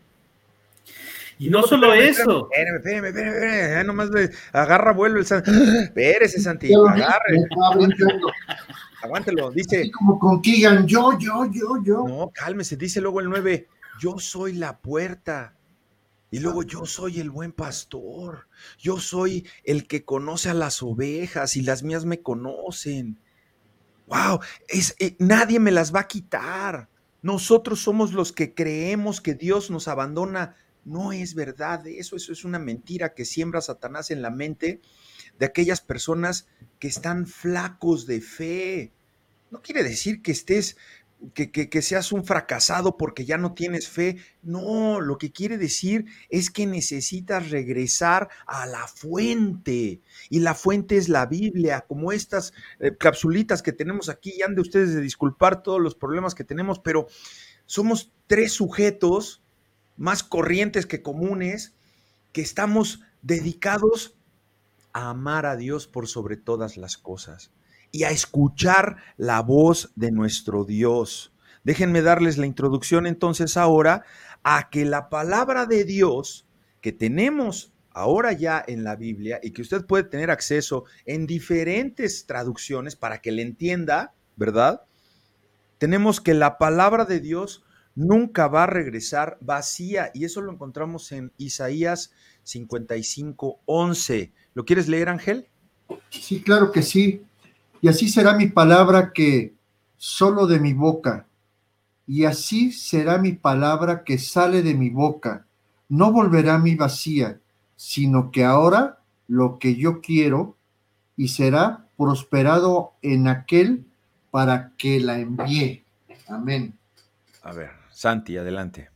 Y no solo eso. Espérame, nomás agarra vuelo el Santi. Espérese, Santi, agarre. Aguántelo, dice. Así como con Keegan, yo. No, cálmese, dice luego el 9, yo soy la puerta. Y luego yo soy el buen pastor. Yo soy el que conoce a las ovejas y las mías me conocen. ¡Wow! Nadie me las va a quitar. Nosotros somos los que creemos que Dios nos abandona. No es verdad eso es una mentira que siembra Satanás en la mente de aquellas personas que están flacos de fe. No quiere decir que estés, que seas un fracasado porque ya no tienes fe. No, lo que quiere decir es que necesitas regresar a la fuente. Y la fuente es la Biblia, como estas capsulitas que tenemos aquí. Y han de ustedes de disculpar todos los problemas que tenemos, pero somos 3 sujetos más corrientes que comunes que estamos dedicados a amar a Dios por sobre todas las cosas y a escuchar la voz de nuestro Dios. Déjenme darles la introducción entonces ahora a que la palabra de Dios que tenemos ahora ya en la Biblia y que usted puede tener acceso en diferentes traducciones para que le entienda, ¿verdad? Tenemos que la palabra de Dios nunca va a regresar vacía y eso lo encontramos en Isaías 55:11. ¿Lo quieres leer, Ángel? Sí, claro que sí. Y así será mi palabra que solo de mi boca, y así será mi palabra que sale de mi boca. No volverá a mí vacía, sino que ahora lo que yo quiero, y será prosperado en aquel para que la envíe. Amén. A ver, Santi, adelante.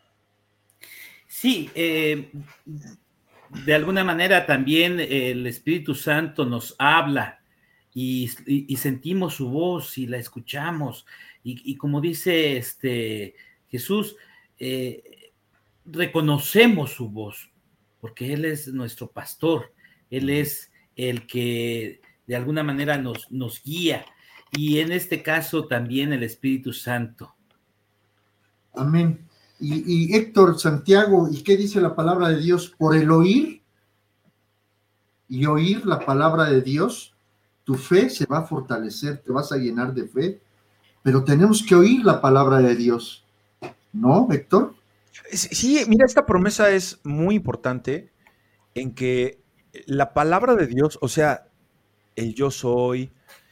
Sí, de alguna manera también el Espíritu Santo nos habla y sentimos su voz y la escuchamos. Y como dice Jesús, reconocemos su voz, porque Él es nuestro pastor, Él es el que de alguna manera nos guía. Y en este caso también el Espíritu Santo. Amén. Y Héctor, Santiago, ¿y qué dice la palabra de Dios? Por el oír y oír la palabra de Dios, tu fe se va a fortalecer, te vas a llenar de fe, pero tenemos que oír la palabra de Dios, ¿no, Héctor? Sí, mira, esta promesa es muy importante en que la palabra de Dios, o sea, el yo soy,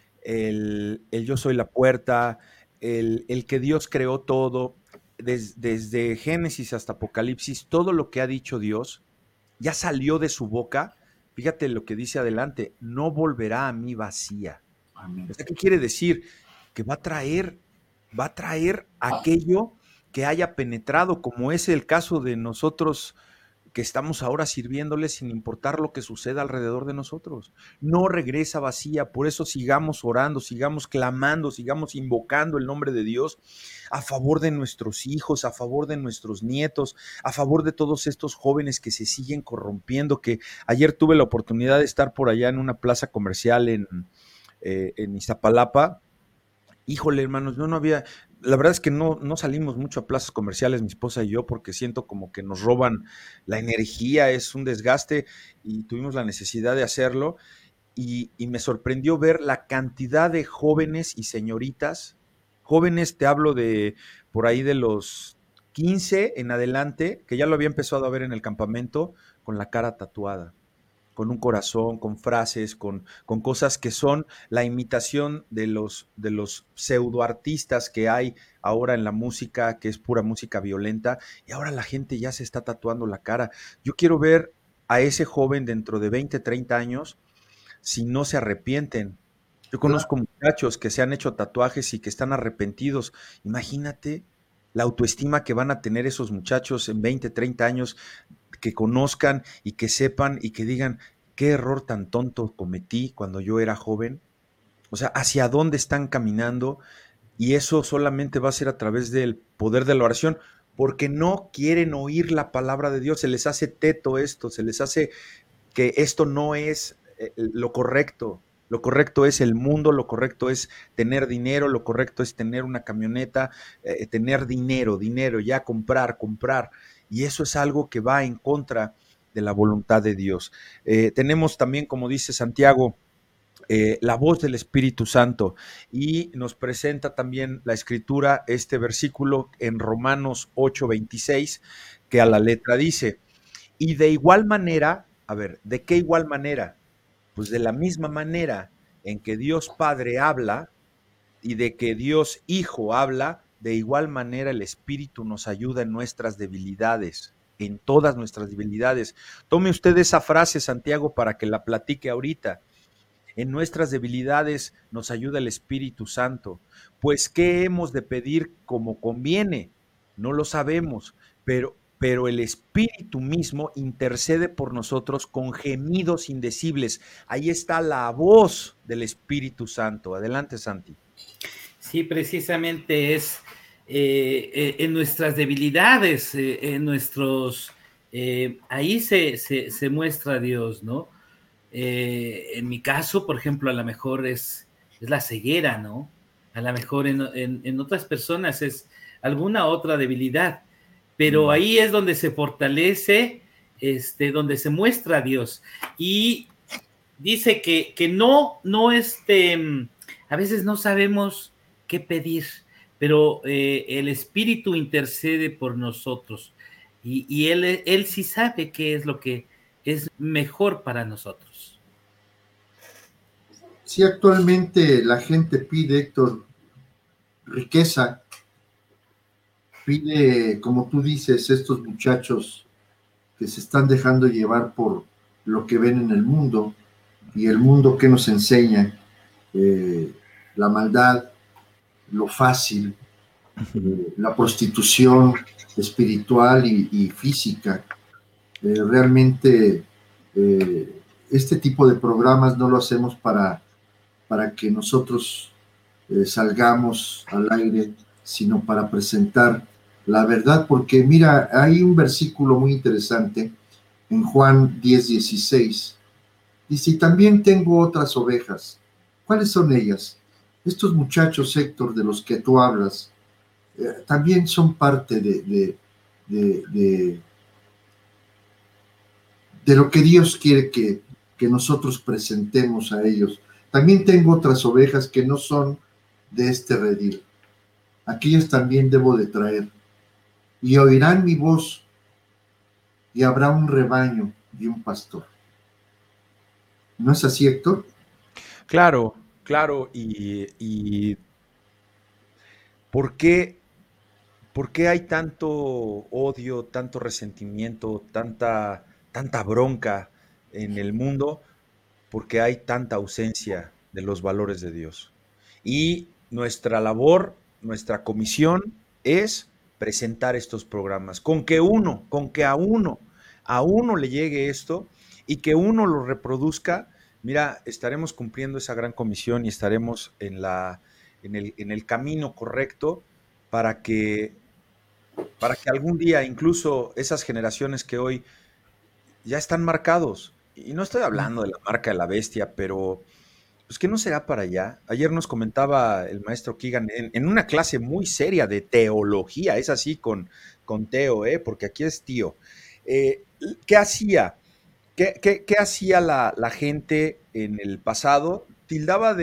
el yo soy la puerta, el que Dios creó todo, desde Génesis hasta Apocalipsis, todo lo que ha dicho Dios ya salió de su boca. Fíjate lo que dice adelante, no volverá a mí vacía. Amén. O sea, ¿qué quiere decir? Que va a traer aquello que haya penetrado, como es el caso de nosotros que estamos ahora sirviéndole sin importar lo que suceda alrededor de nosotros. No regresa vacía, por eso sigamos orando, sigamos clamando, sigamos invocando el nombre de Dios a favor de nuestros hijos, a favor de nuestros nietos, a favor de todos estos jóvenes que se siguen corrompiendo, que ayer tuve la oportunidad de estar por allá en una plaza comercial en Iztapalapa. Híjole, hermanos, yo no había, la verdad es que no salimos mucho a plazas comerciales, mi esposa y yo, porque siento como que nos roban la energía, es un desgaste y tuvimos la necesidad de hacerlo y me sorprendió ver la cantidad de jóvenes y señoritas, jóvenes, te hablo de por ahí de los 15 en adelante, que ya lo había empezado a ver en el campamento, con la cara tatuada, con un corazón, con frases, con cosas que son la imitación de los pseudoartistas que hay ahora en la música, que es pura música violenta, y ahora la gente ya se está tatuando la cara. Yo quiero ver a ese joven dentro de 20, 30 años, si no se arrepienten. Yo conozco muchachos que se han hecho tatuajes y que están arrepentidos. Imagínate la autoestima que van a tener esos muchachos en 20, 30 años, que conozcan y que sepan y que digan, qué error tan tonto cometí cuando yo era joven. O sea, hacia dónde están caminando, y eso solamente va a ser a través del poder de la oración, porque no quieren oír la palabra de Dios, se les hace teto esto, se les hace que esto no es lo correcto. Lo correcto es el mundo, lo correcto es tener dinero, lo correcto es tener una camioneta, tener dinero, ya comprar. Y eso es algo que va en contra de la voluntad de Dios. Tenemos también, como dice Santiago, la voz del Espíritu Santo, y nos presenta también la Escritura este versículo en Romanos 8:26, que a la letra dice, y de igual manera, a ver, ¿de qué igual manera? Pues de la misma manera en que Dios Padre habla y de que Dios Hijo habla, de igual manera el Espíritu nos ayuda en nuestras debilidades, en todas nuestras debilidades. Tome usted esa frase, Santiago, para que la platique ahorita. En nuestras debilidades nos ayuda el Espíritu Santo. Pues, ¿qué hemos de pedir como conviene? No lo sabemos, pero el Espíritu mismo intercede por nosotros con gemidos indecibles. Ahí está la voz del Espíritu Santo. Adelante, Santi. Sí, precisamente es en nuestras debilidades, en nuestros... ahí se muestra Dios, ¿no? En mi caso, por ejemplo, a lo mejor es la ceguera, ¿no? A lo mejor en otras personas es alguna otra debilidad, pero ahí es donde se fortalece, donde se muestra Dios. Y dice que no, a veces no sabemos qué pedir, pero el Espíritu intercede por nosotros y él sí sabe qué es lo que es mejor para nosotros. Si actualmente la gente pide, Héctor, riqueza, pide, como tú dices, estos muchachos que se están dejando llevar por lo que ven en el mundo, y el mundo que nos enseña, la maldad, lo fácil, la prostitución espiritual y física. Realmente este tipo de programas no lo hacemos para que nosotros salgamos al aire, sino para presentar la verdad, porque mira, hay un versículo muy interesante en Juan 10:16. Dice, y también tengo otras ovejas. ¿Cuáles son ellas? Estos muchachos, Héctor, de los que tú hablas, también son parte de, de, de lo que Dios quiere que nosotros presentemos a ellos. También tengo otras ovejas que no son de este redil. Aquellas también debo de traer. Y oirán mi voz, y habrá un rebaño y un pastor. ¿No es así, Héctor? Claro, claro. Y ¿por qué, por qué hay tanto odio, tanto resentimiento, tanta bronca en el mundo? Porque hay tanta ausencia de los valores de Dios. Y nuestra labor, nuestra comisión es presentar estos programas, con que a uno le llegue esto y que uno lo reproduzca, mira, estaremos cumpliendo esa gran comisión y estaremos en el camino correcto para que, para que algún día incluso esas generaciones que hoy ya están marcados, y no estoy hablando de la marca de la bestia, pero pues que no será para allá. Ayer nos comentaba el maestro Keegan en una clase muy seria de teología, es así con Teo, porque aquí es tío. ¿Qué hacía? ¿Qué hacía la gente en el pasado? Tildaba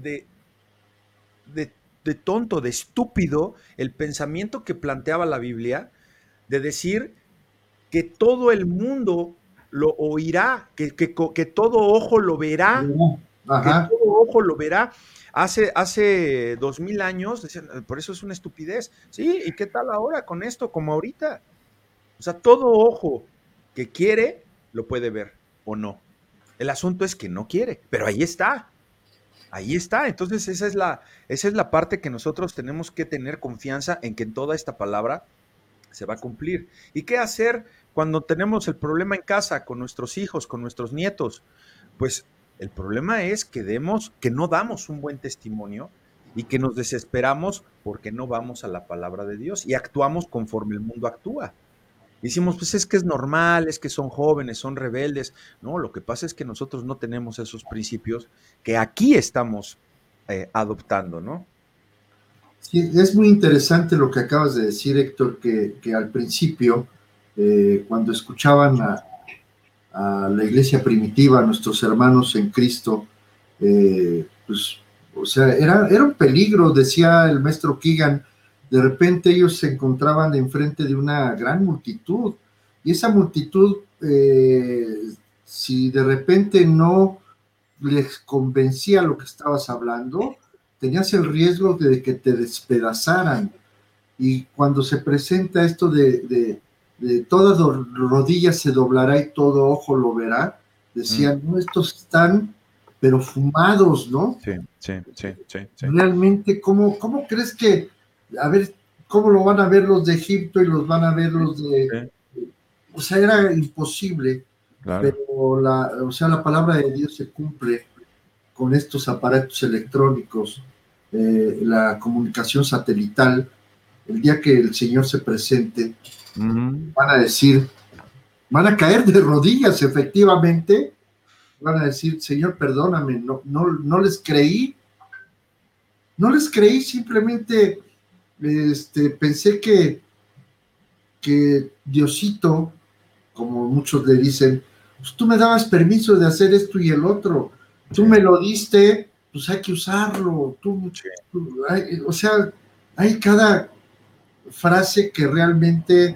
de, de tonto, de estúpido, el pensamiento que planteaba la Biblia de decir que todo el mundo lo oirá, que todo ojo lo verá, que Ajá. todo ojo lo verá. Hace 2000 años, decían, por eso es una estupidez. Sí, ¿y qué tal ahora con esto, como ahorita? O sea, todo ojo que quiere, lo puede ver o no. El asunto es que no quiere, pero ahí está. Ahí está. Entonces, esa es la parte que nosotros tenemos que tener confianza en que toda esta palabra se va a cumplir. ¿Y qué hacer cuando tenemos el problema en casa con nuestros hijos, con nuestros nietos? Pues el problema es que no damos un buen testimonio y que nos desesperamos porque no vamos a la palabra de Dios y actuamos conforme el mundo actúa. Decimos, pues es que es normal, es que son jóvenes, son rebeldes. No, lo que pasa es que nosotros no tenemos esos principios que aquí estamos adoptando, ¿no? Sí, es muy interesante lo que acabas de decir, Héctor, que al principio, cuando escuchaban a la iglesia primitiva, a nuestros hermanos en Cristo, pues, o sea, era un peligro, decía el maestro Keegan. De repente ellos se encontraban enfrente de una gran multitud, y esa multitud, si de repente no les convencía lo que estabas hablando, tenías el riesgo de que te despedazaran. Y cuando se presenta esto de toda rodilla se doblará y todo ojo lo verá, decían, no, estos están pero fumados, ¿no? Sí, sí, sí, sí, sí. Realmente, ¿cómo crees que, a ver, cómo lo van a ver los de Egipto y los van a ver los de, Sí, o sea, era imposible, claro. pero o sea, la palabra de Dios se cumple con estos aparatos electrónicos, la comunicación satelital. El día que el Señor se presente, Ujú. van a decir, van a caer de rodillas, efectivamente, van a decir, Señor, perdóname, no les creí, no les creí, simplemente pensé que Diosito, como muchos le dicen, pues tú me dabas permiso de hacer esto y el otro, tú Sí, me lo diste, pues hay que usarlo, sí. o sea, hay cada frase que realmente,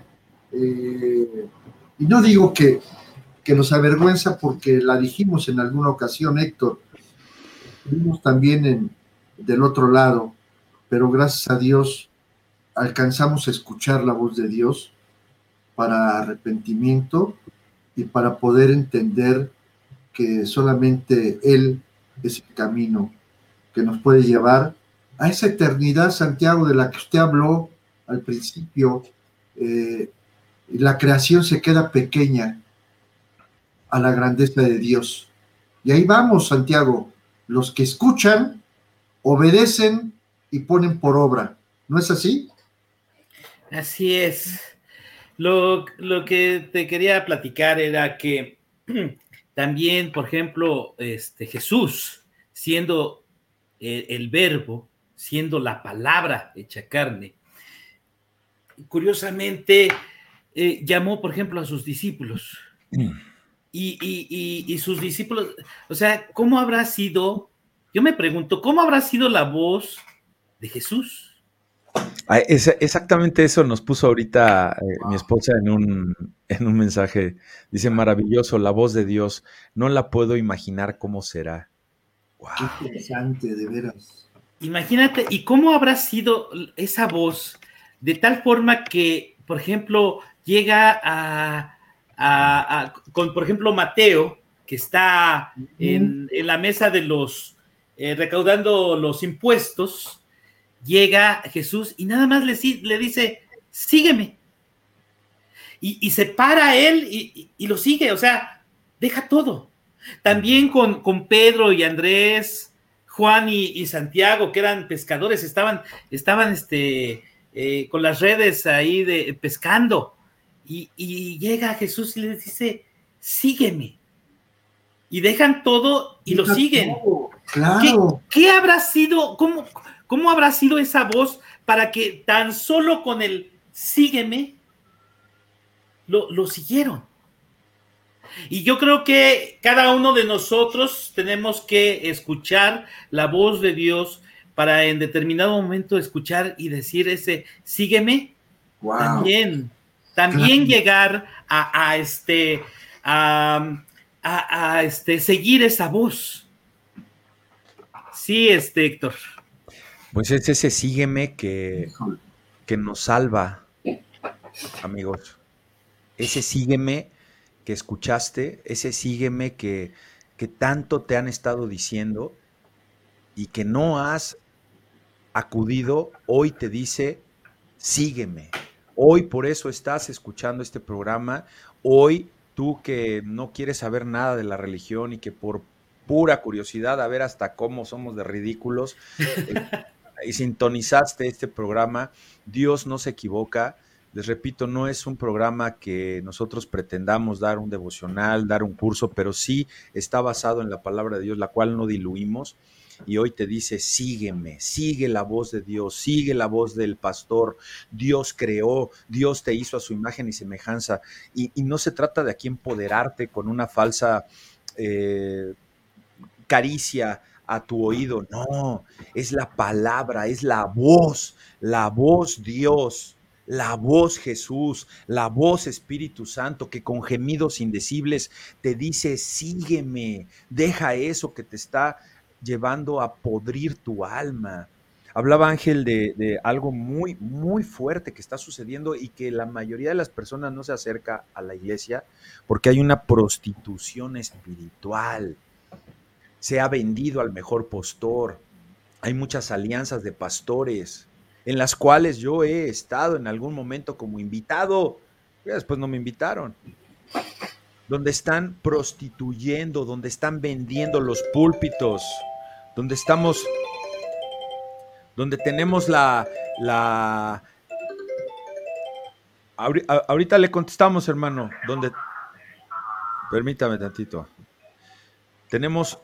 y no digo que nos avergüenza porque la dijimos en alguna ocasión, Héctor, estuvimos también del otro lado, pero gracias a Dios alcanzamos a escuchar la voz de Dios para arrepentimiento y para poder entender que solamente Él es el camino que nos puede llevar a esa eternidad, Santiago, de la que usted habló al principio. La creación se queda pequeña a la grandeza de Dios. Y ahí vamos, Santiago, los que escuchan, obedecen y ponen por obra. ¿No es así? Así es. Lo que te quería platicar era que también, por ejemplo, Jesús, siendo el verbo, siendo la palabra hecha carne, curiosamente llamó, por ejemplo, a sus discípulos. Y sus discípulos, o sea, ¿cómo habrá sido? Yo me pregunto, ¿cómo habrá sido la voz de Jesús? Exactamente eso nos puso ahorita mi esposa en un mensaje. Dice, maravilloso, la voz de Dios. No la puedo imaginar cómo será. Wow. Qué interesante, de veras. Imagínate, ¿y cómo habrá sido esa voz de tal forma que, por ejemplo, llega con, por ejemplo, Mateo, que está en la mesa de los, recaudando los impuestos, llega Jesús y nada más le dice, sígueme. Y se para él y lo sigue, o sea, deja todo. También con Pedro y Andrés, Juan y Santiago, que eran pescadores, estaban con las redes ahí pescando. Y llega Jesús y les dice, sígueme. Y dejan todo y lo siguen. Claro. ¿Qué habrá sido? ¿Cómo habrá sido esa voz para que tan solo con el sígueme lo siguieron? Y yo creo que cada uno de nosotros tenemos que escuchar la voz de Dios para en determinado momento escuchar y decir ese sígueme. Wow. También claro. Llegar a seguir esa voz. Sí, Héctor. Pues es ese sígueme que nos salva, amigos. Ese sígueme que escuchaste, ese sígueme que tanto te han estado diciendo y que no has acudido, hoy te dice, sígueme. Hoy por eso estás escuchando este programa. Hoy tú que no quieres saber nada de la religión y que por pura curiosidad, a ver hasta cómo somos de ridículos, y sintonizaste este programa, Dios no se equivoca. Les repito, no es un programa que nosotros pretendamos dar un devocional, dar un curso, pero sí está basado en la palabra de Dios, la cual no diluimos. Y hoy te dice, sígueme, sigue la voz de Dios, sigue la voz del pastor. Dios creó, Dios te hizo a su imagen y semejanza. Y no se trata de aquí empoderarte con una falsa caricia a tu oído. No, es la palabra, es la voz Dios. La voz Jesús, la voz Espíritu Santo, que con gemidos indecibles te dice, sígueme, deja eso que te está llevando a podrir tu alma. Hablaba Ángel de algo muy, muy fuerte que está sucediendo y que la mayoría de las personas no se acerca a la iglesia porque hay una prostitución espiritual. Se ha vendido al mejor postor. Hay muchas alianzas de pastores en las cuales yo he estado en algún momento como invitado, y después no me invitaron, donde están prostituyendo, donde están vendiendo los púlpitos, donde tenemos ahorita le contestamos, hermano, permítame tantito. Tenemos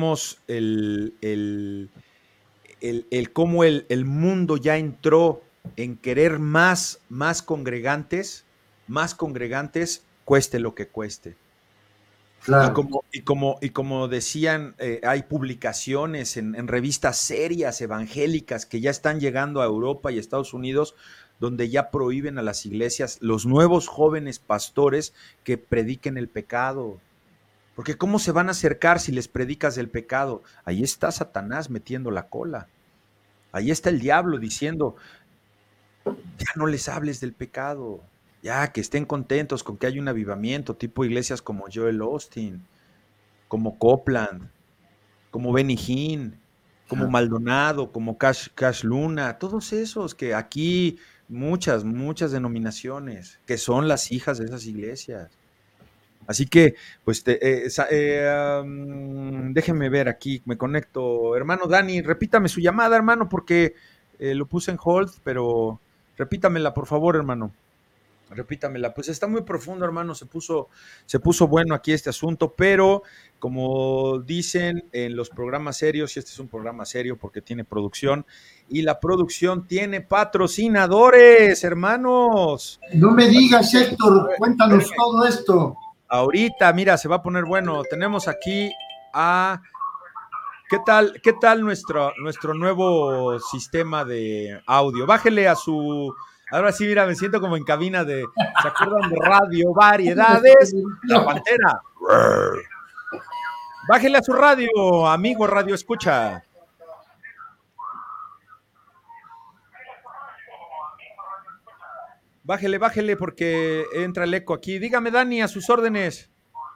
cómo el mundo ya entró en querer más congregantes, cueste lo que cueste. Claro. Y como decían, hay publicaciones en revistas serias evangélicas que ya están llegando a Europa y Estados Unidos, donde ya prohíben a las iglesias los nuevos jóvenes pastores que prediquen el pecado. Porque ¿cómo se van a acercar si les predicas del pecado? Ahí está Satanás metiendo la cola. Ahí está el diablo diciendo, ya no les hables del pecado. Ya, que estén contentos con que haya un avivamiento, tipo iglesias como Joel Austin, como Copeland, como Benny Hinn, como Maldonado, como Cash Luna, todos esos que aquí, muchas denominaciones, que son las hijas de esas iglesias. Así que, pues, déjenme ver aquí, me conecto. Hermano Dani, repítame su llamada, hermano, porque lo puse en hold, pero repítamela, por favor, hermano. Repítamela. Pues está muy profundo, hermano. Se puso bueno aquí este asunto, pero como dicen en los programas serios, y este es un programa serio porque tiene producción, y la producción tiene patrocinadores, hermanos. No me digas, A Héctor, ver, cuéntanos espérenme. todo esto. Ahorita, mira, se va a poner bueno. Tenemos aquí a... qué tal nuestro nuevo sistema de audio? Bájele a su... Ahora sí, mira, me siento como en cabina de... ¿Se acuerdan de Radio Variedades? La Pantera. Bájele a su radio, amigo Radio Escucha. Bájele porque entra el eco aquí. Dígame, Dani, a sus órdenes.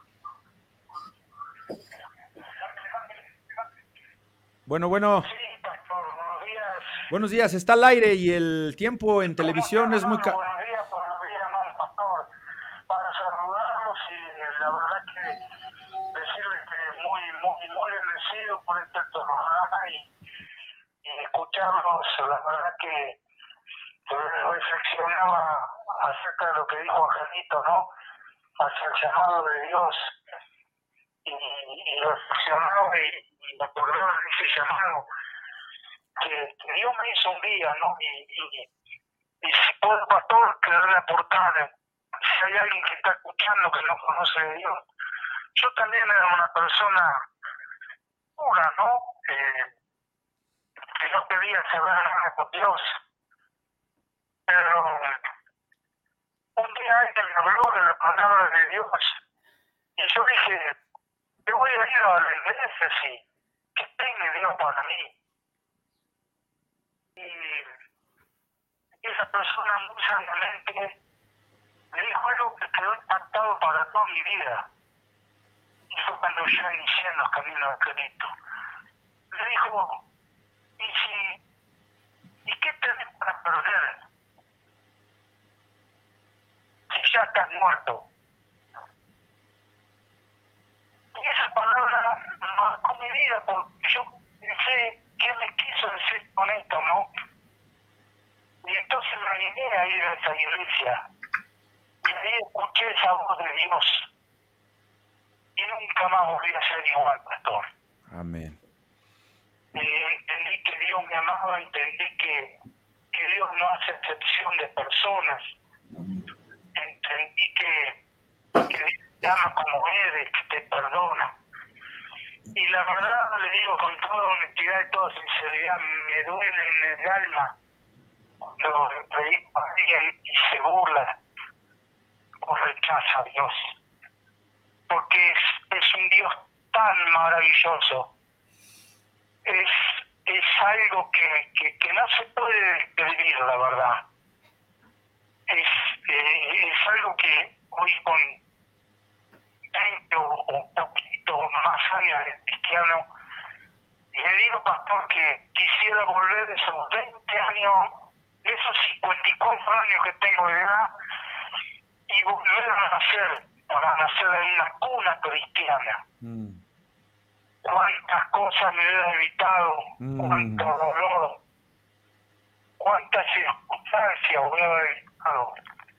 Bueno. Sí, pastor, buenos días. Buenos días, está al aire y el tiempo en televisión es muy... Buenos días, hermano pastor. Para saludarlos y la verdad que decirles que muy bendecido por este programa y escucharlos. La verdad que reflexionaba acerca de lo que dijo Angelito, ¿no? Hacia el llamado de Dios. Y reflexionaba y me acordaba de ese llamado que Dios me hizo un día, ¿no? Y si puedo, pastor, quererle aportar, si hay alguien que está escuchando que no conoce a Dios, yo también era una persona pura, ¿no? Que no quería saber nada con Dios, pero un día alguien me habló de la palabra de Dios y yo dije, yo voy a ir a la iglesia, sí, que tiene Dios para mí. Y esa persona muy sabiamente me dijo algo que quedó impactado para toda mi vida. Y fue cuando yo inicié en los caminos de Cristo. Le dijo, ¿y qué tenés para perder si ya estás muerto? Y esa palabra marcó mi vida porque yo pensé qué me quiso decir con esto, ¿no? Y entonces me animé a ir a esa iglesia. Y ahí escuché esa voz de Dios. Y nunca más volví a ser igual, pastor. Amén. Entendí que Dios me amaba, entendí que Dios no hace excepción de personas. Entendí que Dios te ama como eres, que te perdona. Y la verdad, le digo con toda honestidad y toda sinceridad, me duele en el alma cuando predico a alguien y se burla o rechaza a Dios. Porque es un Dios tan maravilloso. Es algo que no se puede describir, la verdad. Es algo que hoy con 20 o un poquito más años de cristiano, le digo, pastor, que quisiera volver de esos 20 años, de esos 54 años que tengo de edad, y volver a nacer en una cuna cristiana. Cuántas cosas me hubiera evitado, cuánto dolor, cuántas circunstancias hubiera evitado.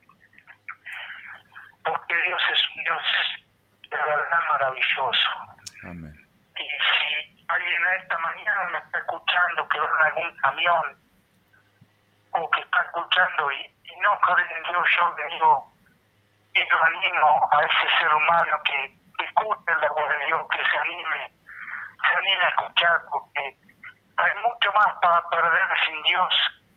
Porque Dios es un Dios de verdad maravilloso. Amén. Y si alguien a esta mañana me está escuchando que va en algún camión, o que está escuchando y no cree en Dios, yo le digo, y lo animo a ese ser humano que escuche la voz de Dios, que se anime a escuchar, porque hay mucho más para perder sin Dios,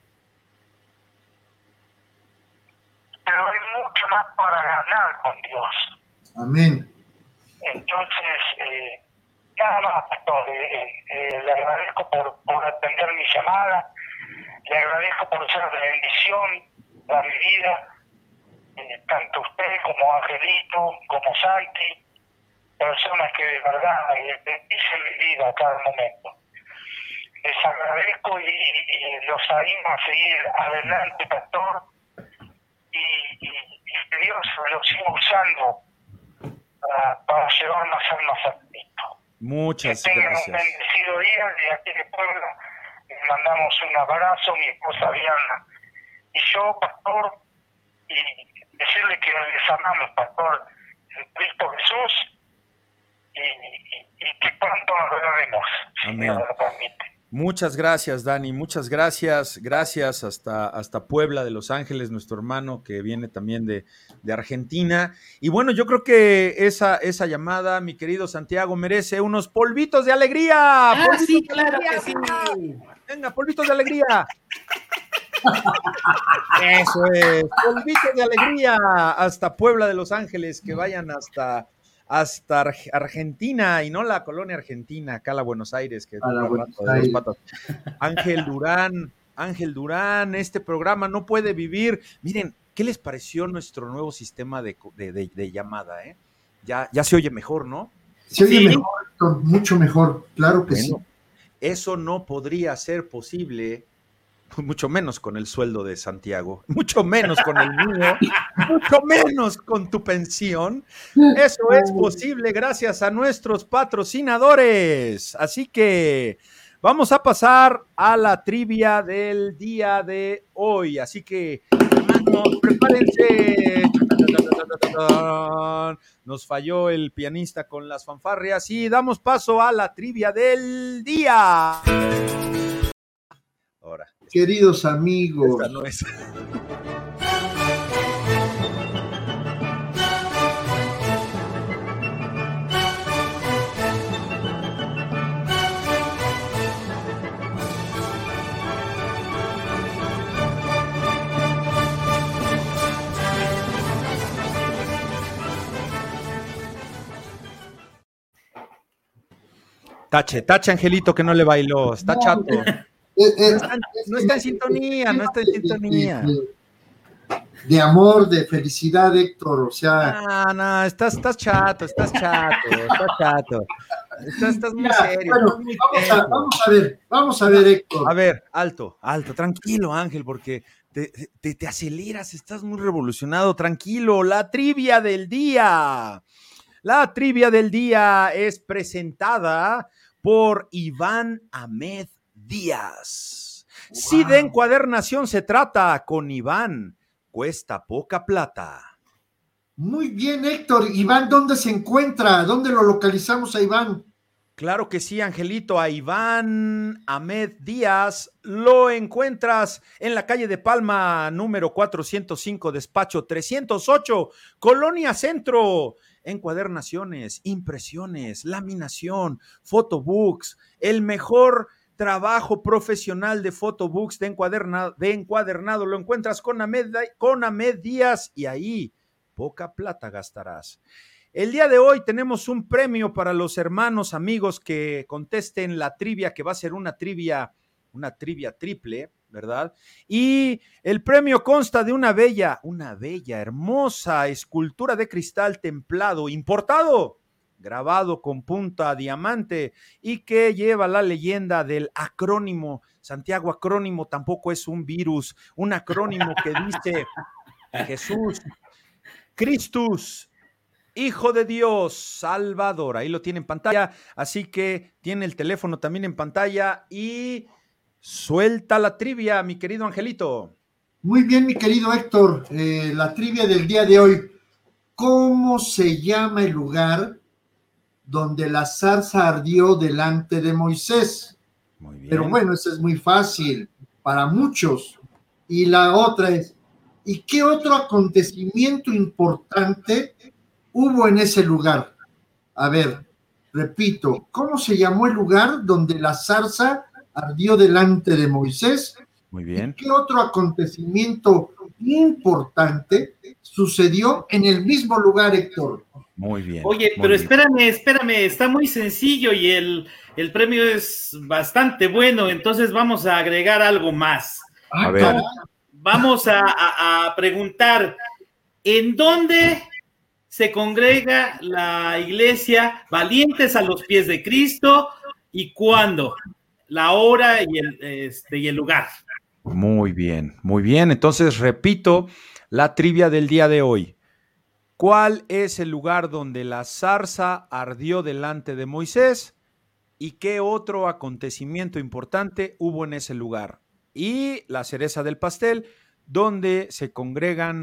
pero hay mucho más para ganar con Dios. Amén. Entonces, nada más, pastor, le agradezco por atender mi llamada, le agradezco por ser de bendición a mi vida, tanto usted como Angelito, como Santi, personas que de verdad bendicen mi vida a cada momento. Les agradezco y los animo a seguir adelante, pastor, y que Dios los siga usando para llevar más almas a Cristo. Muchas que tengan gracias. un bendecido día. De aquí de Puebla les mandamos un abrazo, mi esposa Diana y yo, pastor, y decirle que les amamos, pastor, en Cristo Jesús, y que pronto nos veremos, si Amén. Dios lo permite. Muchas gracias, Dani, muchas gracias, gracias hasta Puebla de Los Ángeles, nuestro hermano que viene también de Argentina. Y bueno, yo creo que esa llamada, mi querido Santiago, merece unos polvitos de alegría. Ah, ¡Polvitos sí, de claro alegría! que sí. Venga, polvitos de alegría. Eso es, polvitos de alegría hasta Puebla de Los Ángeles, que vayan hasta Argentina y no la colonia argentina, acá la Buenos Aires, que A la dura Buenos rato de dos Aires. patas. Ángel Durán, este programa no puede vivir. Miren, ¿qué les pareció nuestro nuevo sistema de llamada? Ya se oye mejor, ¿no? Se oye Sí. mejor, Héctor, mucho mejor, claro que sí. Bueno, eso no podría ser posible, mucho menos con el sueldo de Santiago, mucho menos con el mío, mucho menos con tu pensión. Eso es posible gracias a nuestros patrocinadores. Así que vamos a pasar a la trivia del día de hoy. Así que, hermanos, prepárense. Nos falló el pianista con las fanfarrias y damos paso a la trivia del día. Ahora. Queridos amigos, Esta no es. Tache, Angelito, que no le bailó, está chato. No está en sintonía, no está en sintonía. De amor, de felicidad, Héctor, o sea. No, estás chato. Estás muy Mira, serio. bueno, muy vamos a ver, Héctor. A ver, alto, tranquilo, Ángel, porque te aceleras, estás muy revolucionado, tranquilo. La trivia del día es presentada por Iván Ahmed Díaz. Wow. Si de encuadernación se trata con Iván, cuesta poca plata. Muy bien, Héctor. Iván, ¿dónde se encuentra? ¿Dónde lo localizamos a Iván? Claro que sí, Angelito. A Iván Ahmed Díaz lo encuentras en la calle de Palma, número 405, despacho 308, Colonia Centro. Encuadernaciones, impresiones, laminación, photobooks, el mejor trabajo profesional de photobooks de encuadernado lo encuentras con Ahmed Díaz y ahí poca plata gastarás. El día de hoy tenemos un premio para los hermanos amigos que contesten la trivia, que va a ser una trivia triple, ¿verdad? Y el premio consta de una bella, hermosa escultura de cristal templado, importado, grabado con punta diamante y que lleva la leyenda del acrónimo. Santiago, acrónimo tampoco es un virus, un acrónimo que dice Jesús, Christus, Hijo de Dios, Salvador. Ahí lo tiene en pantalla, así que tiene el teléfono también en pantalla y suelta la trivia, mi querido Angelito. Muy bien, mi querido Héctor. La trivia del día de hoy. ¿Cómo se llama el lugar donde la zarza ardió delante de Moisés? Muy bien. Pero bueno, eso es muy fácil para muchos. Y la otra es, ¿y qué otro acontecimiento importante hubo en ese lugar? A ver, repito, ¿cómo se llamó el lugar donde la zarza ardió delante de Moisés? Muy bien. ¿Y qué otro acontecimiento importante sucedió en el mismo lugar, Héctor? Muy bien. Oye, pero espérame, está muy sencillo y el premio es bastante bueno, entonces vamos a agregar algo más. A ver. Vamos a preguntar, ¿en dónde se congrega la iglesia Valientes a los Pies de Cristo y cuándo? La hora y el lugar. Muy bien. Entonces, repito la trivia del día de hoy. ¿Cuál es el lugar donde la zarza ardió delante de Moisés? ¿Y qué otro acontecimiento importante hubo en ese lugar? Y la cereza del pastel, donde se congregan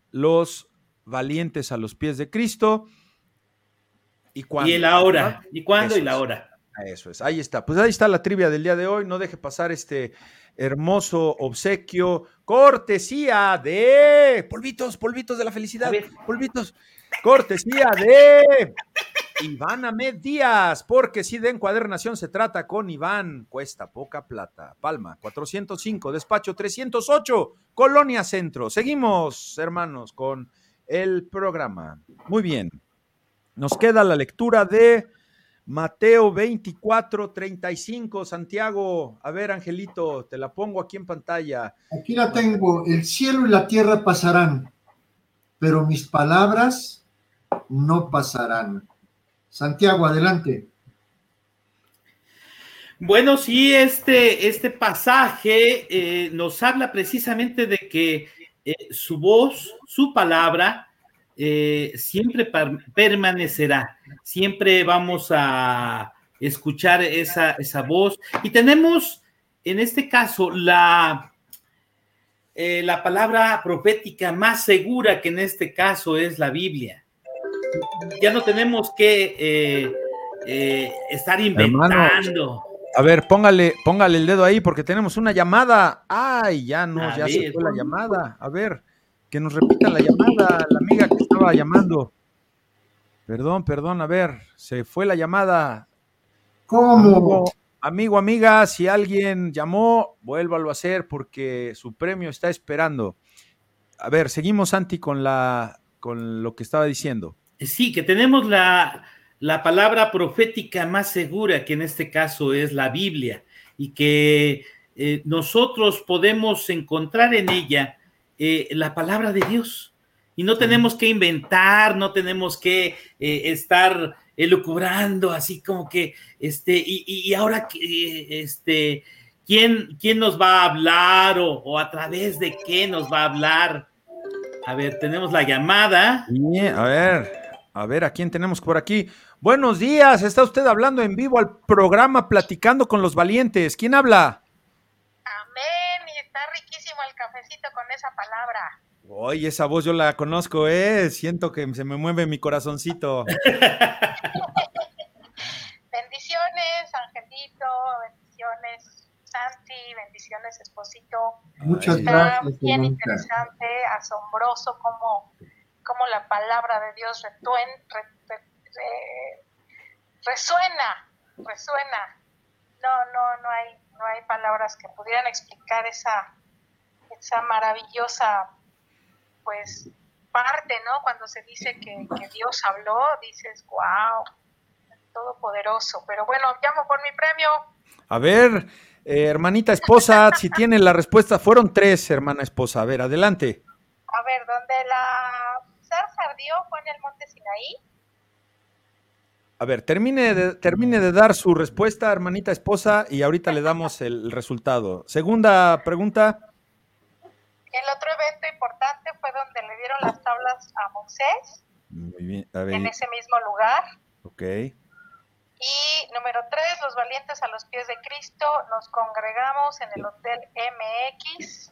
los valientes a los pies de Cristo. ¿Y cuándo? Y la hora. ¿Y cuándo? Eso Y la es. hora. Eso es, ahí está. Pues ahí está la trivia del día de hoy. No deje pasar este hermoso obsequio, cortesía de polvitos de la felicidad, polvitos, cortesía de Iván Ahmed Díaz, porque si de encuadernación se trata con Iván, cuesta poca plata. Palma 405, despacho 308, Colonia Centro. Seguimos, hermanos, con el programa. Muy bien, nos queda la lectura de Mateo 24:35, Santiago. A ver, Angelito, te la pongo aquí en pantalla. Aquí la tengo. El cielo y la tierra pasarán, pero mis palabras no pasarán. Santiago, adelante. Bueno, sí, este pasaje nos habla precisamente de que su voz, su palabra, siempre permanecerá. Siempre vamos a escuchar esa voz. Y tenemos, en este caso, la palabra profética más segura, que en este caso es la Biblia. Ya no tenemos que estar inventando. Hermano, a ver, póngale el dedo ahí porque tenemos una llamada. Ay, ya se fue la llamada. A ver, que nos repitan la llamada, la amiga que estaba llamando. Perdón, a ver, se fue la llamada. ¿Cómo? Amigo, amiga, si alguien llamó, vuélvalo a hacer porque su premio está esperando. A ver, seguimos, Santi, con lo que estaba diciendo. Sí, que tenemos la palabra profética más segura, que en este caso es la Biblia, y que nosotros podemos encontrar en ella la palabra de Dios. Y no tenemos que inventar, no tenemos que estar elucubrando así como que, y ahora, ¿quién nos va a hablar o a través de qué nos va a hablar? A ver, tenemos la llamada. Bien, a ver, ¿a quién tenemos por aquí? Buenos días, está usted hablando en vivo al programa Platicando con los Valientes. ¿Quién habla? Amén, y está riquísimo el cafecito con esa palabra. Oye, esa voz yo la conozco, siento que se me mueve mi corazoncito. Bendiciones, Angelito, bendiciones, Santi, bendiciones, esposito. Muchas gracias. Está bien interesante, asombroso cómo la palabra de Dios resuena. No hay palabras que pudieran explicar esa maravillosa, pues, parte, ¿no? Cuando se dice que Dios habló, dices, wow, todopoderoso. Pero bueno, llamo por mi premio. A ver, hermanita esposa, si tiene la respuesta, fueron 3, hermana esposa. A ver, adelante. A ver, ¿dónde la zarza ardió fue en el monte Sinaí? A ver, termine de dar su respuesta, hermanita esposa, y ahorita le damos el resultado. Segunda pregunta. El otro evento importante fue donde le dieron las tablas a Moisés. Muy bien. A ver. En ese mismo lugar. Ok. Y número 3, los valientes a los pies de Cristo. Nos congregamos en el Hotel MX,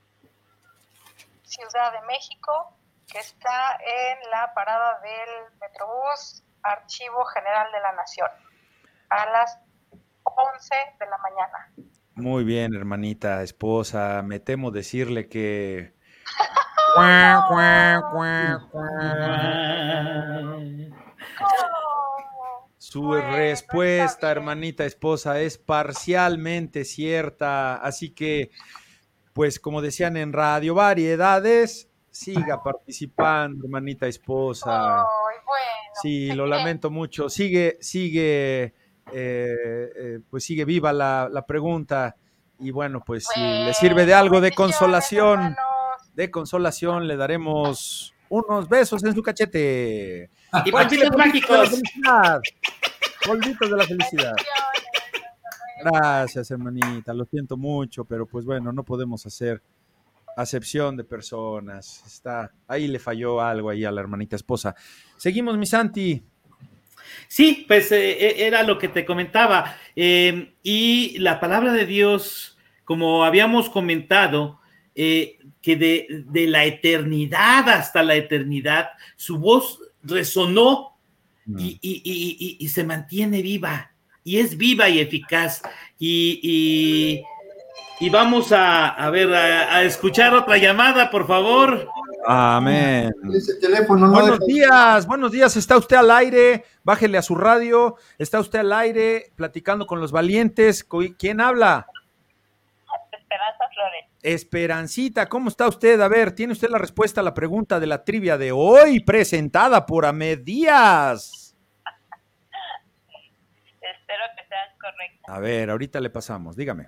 Ciudad de México, que está en la parada del Metrobús Archivo General de la Nación, a las 11 de la mañana. Muy bien, hermanita esposa. Me temo decirle que... Su respuesta, hermanita esposa, es parcialmente cierta. Así que, pues, como decían en Radio Variedades, siga participando, hermanita esposa. Ay, bueno. Sí, lo lamento mucho. Sigue viva la pregunta. Y bueno, pues si le sirve de algo de consolación, le daremos unos besos en su cachete. Y polvitos mágicos. Polvitos de la felicidad. Gracias, hermanita. Lo siento mucho, pero pues bueno, no podemos hacer acepción de personas. Ahí le falló algo ahí a la hermanita esposa. Seguimos, mi Santi. Sí, pues era lo que te comentaba. Y la palabra de Dios, como habíamos comentado, que de la eternidad hasta la eternidad, su voz resonó y se mantiene viva, y es viva y eficaz. Y vamos a ver, a escuchar otra llamada, por favor. Amén. Ese teléfono no Buenos días, está usted al aire, bájele a su radio, está usted al aire, platicando con los valientes. ¿Quién habla? Esperanza Flores. Esperancita, ¿cómo está usted? A ver, ¿tiene usted la respuesta a la pregunta de la trivia de hoy, presentada por Ahmed Díaz? Espero que sea correcta. A ver, ahorita le pasamos, dígame.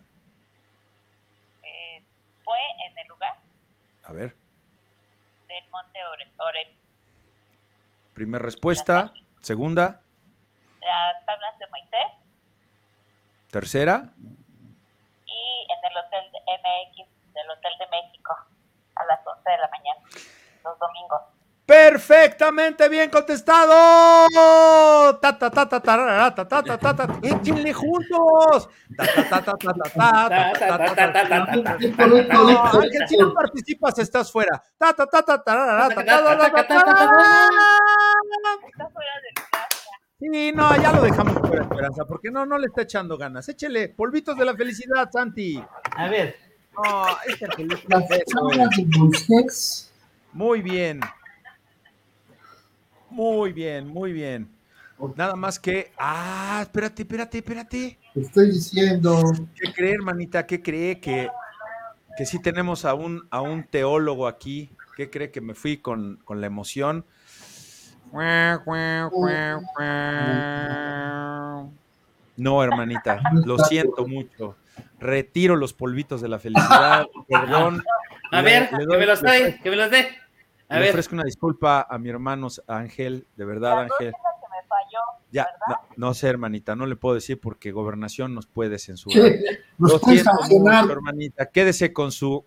Fue en el lugar A ver, del monte Oreb. primera respuesta, segunda, Las tablas de Moisés tercera. y en el hotel de MX del Hotel de México a las 11 de la mañana, los domingos. ¡Perfectamente bien contestado! ¡Ta, ta, ta, ta, tarara, ta, ta, ta, ta, ta! ¡Échenle juntos! ¡Ta, ta, ta, ta, ta, ta, ta, ta, ta, ta, ta, ta! No, Ángel, si no participas, estás fuera. ¡Ta, ta, ta, ta, tarara, ta, ta, ta, ta, ta, ta! Está fuera del lugar. Sí, no, ya lo dejamos fuera, Esperanza, porque no le está echando ganas. Échele polvitos de la felicidad, Santi. A ver. No, ese Angelito. Las tablas de Moisés. Muy bien. Muy bien, muy bien. Nada más que... espérate. Te estoy diciendo. ¿Qué cree, hermanita? ¿Qué cree? Que sí tenemos a un teólogo aquí. ¿Qué cree? Que me fui con la emoción. No, hermanita, lo siento mucho. Retiro los polvitos de la felicidad. Perdón. A ver, que me los dé, que me los dé. A Le ver. ofrezco una disculpa a mi hermano Ángel, de verdad, Ángel. Es la que me falló, Ya, ¿verdad? no sé, hermanita, no le puedo decir porque Gobernación nos puede censurar. Nos Lo puedes siento sancionar. mucho, hermanita. Quédese con su...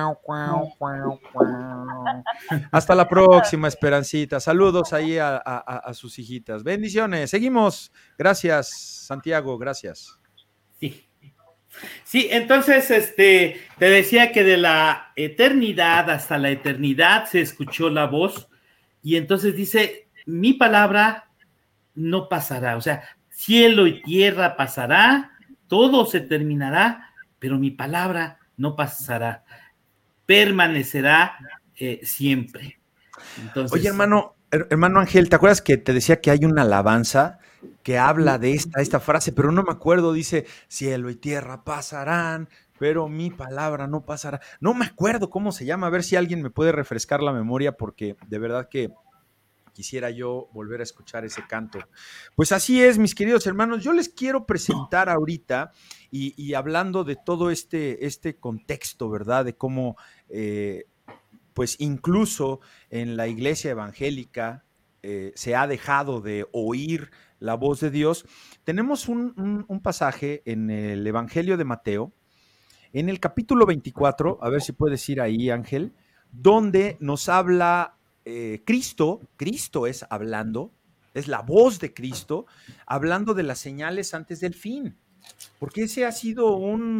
Hasta la próxima, Esperancita. Saludos ahí a sus hijitas. Bendiciones. Seguimos. Gracias, Santiago. Gracias. Sí. Sí, entonces, te decía que de la eternidad hasta la eternidad se escuchó la voz, y entonces dice, mi palabra no pasará, o sea, cielo y tierra pasará, todo se terminará, pero mi palabra no pasará, permanecerá siempre. Entonces, Oye, hermano Ángel, ¿te acuerdas que te decía que hay una alabanza que habla de esta frase, pero no me acuerdo? Dice, cielo y tierra pasarán, pero mi palabra no pasará. No me acuerdo cómo se llama, a ver si alguien me puede refrescar la memoria, porque de verdad que quisiera yo volver a escuchar ese canto. Pues así es, mis queridos hermanos, yo les quiero presentar ahorita, y hablando de todo este contexto, ¿verdad? De cómo, pues incluso en la iglesia evangélica se ha dejado de oír la voz de Dios. Tenemos un pasaje en el Evangelio de Mateo, en el capítulo 24, a ver si puedes ir ahí, Ángel, donde nos habla Cristo es hablando, es la voz de Cristo, hablando de las señales antes del fin, porque ese ha sido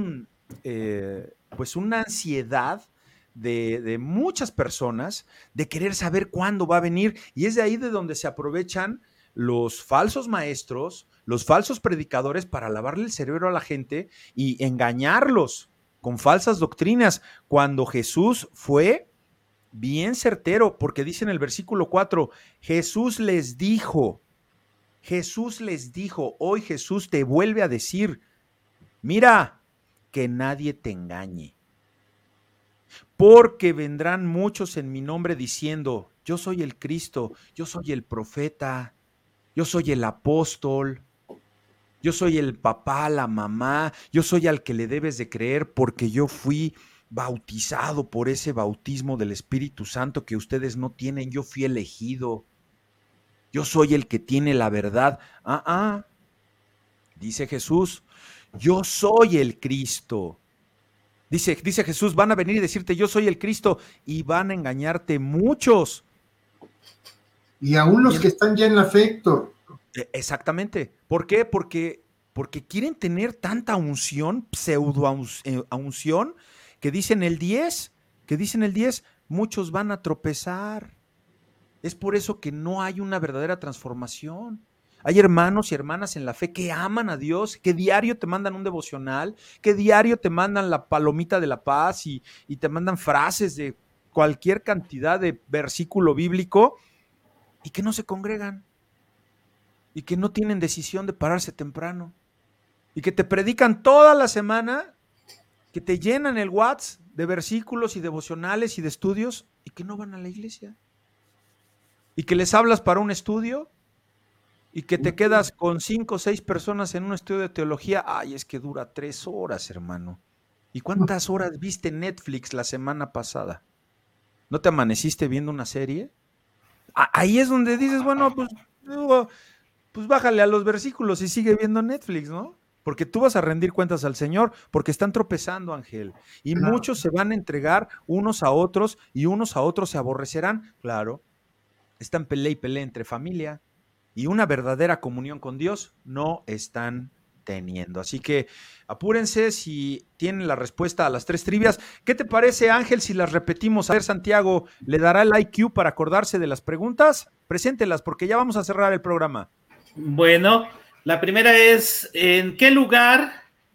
pues una ansiedad de muchas personas de querer saber cuándo va a venir, y es de ahí de donde se aprovechan los falsos maestros, los falsos predicadores para lavarle el cerebro a la gente y engañarlos con falsas doctrinas, cuando Jesús fue bien certero, porque dice en el versículo 4, Jesús les dijo, hoy Jesús te vuelve a decir, mira, que nadie te engañe, porque vendrán muchos en mi nombre diciendo, yo soy el Cristo, yo soy el profeta, yo soy el apóstol, yo soy el papá, la mamá, yo soy al que le debes de creer porque yo fui bautizado por ese bautismo del Espíritu Santo que ustedes no tienen, yo fui elegido, yo soy el que tiene la verdad. Dice Jesús, yo soy el Cristo. Dice Jesús, van a venir y decirte, yo soy el Cristo, y van a engañarte muchos. Y aún los que están ya en la fe, Héctor. Exactamente. ¿Por qué? Porque quieren tener tanta unción, pseudo unción, que dicen el 10 que dice en el 10, muchos van a tropezar. Es por eso que no hay una verdadera transformación. Hay hermanos y hermanas en la fe que aman a Dios, que diario te mandan un devocional, que diario te mandan la palomita de la paz y te mandan frases de cualquier cantidad de versículo bíblico y que no se congregan y que no tienen decisión de pararse temprano y que te predican toda la semana, que te llenan el WhatsApp de versículos y devocionales y de estudios y que no van a la iglesia y que les hablas para un estudio y que te quedas con 5 o 6 personas en un estudio de teología. Ay, es que dura 3 horas, hermano. ¿Y cuántas horas viste Netflix la semana pasada? ¿No te amaneciste viendo una serie? Ahí es donde dices, bueno, pues bájale a los versículos y sigue viendo Netflix, ¿no? Porque tú vas a rendir cuentas al Señor, porque están tropezando, Ángel. Y claro, muchos se van a entregar unos a otros y unos a otros se aborrecerán. Claro, están pelea y pelea entre familia y una verdadera comunión con Dios no están teniendo. Así que apúrense si tienen la respuesta a las 3 trivias. ¿Qué te parece, Ángel, si las repetimos? A ver, Santiago, ¿le dará el IQ para acordarse de las preguntas? Preséntelas, porque ya vamos a cerrar el programa. Bueno, la primera es, ¿en qué lugar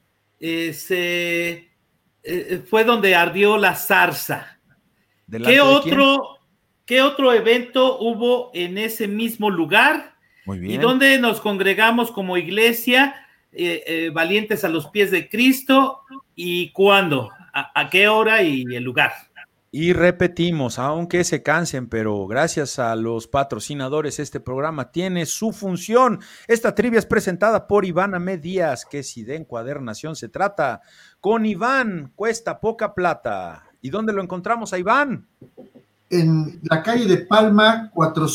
fue donde ardió la zarza? ¿Qué otro evento hubo en ese mismo lugar? Muy bien. ¿Y dónde nos congregamos como iglesia, valientes a los pies de Cristo? ¿Y cuándo? ¿A qué hora y el lugar? Y repetimos, aunque se cansen, pero gracias a los patrocinadores, este programa tiene su función. Esta trivia es presentada por Iván Amé Díaz, que si de encuadernación se trata, con Iván cuesta poca plata. ¿Y dónde lo encontramos a Iván? En la calle de Palma,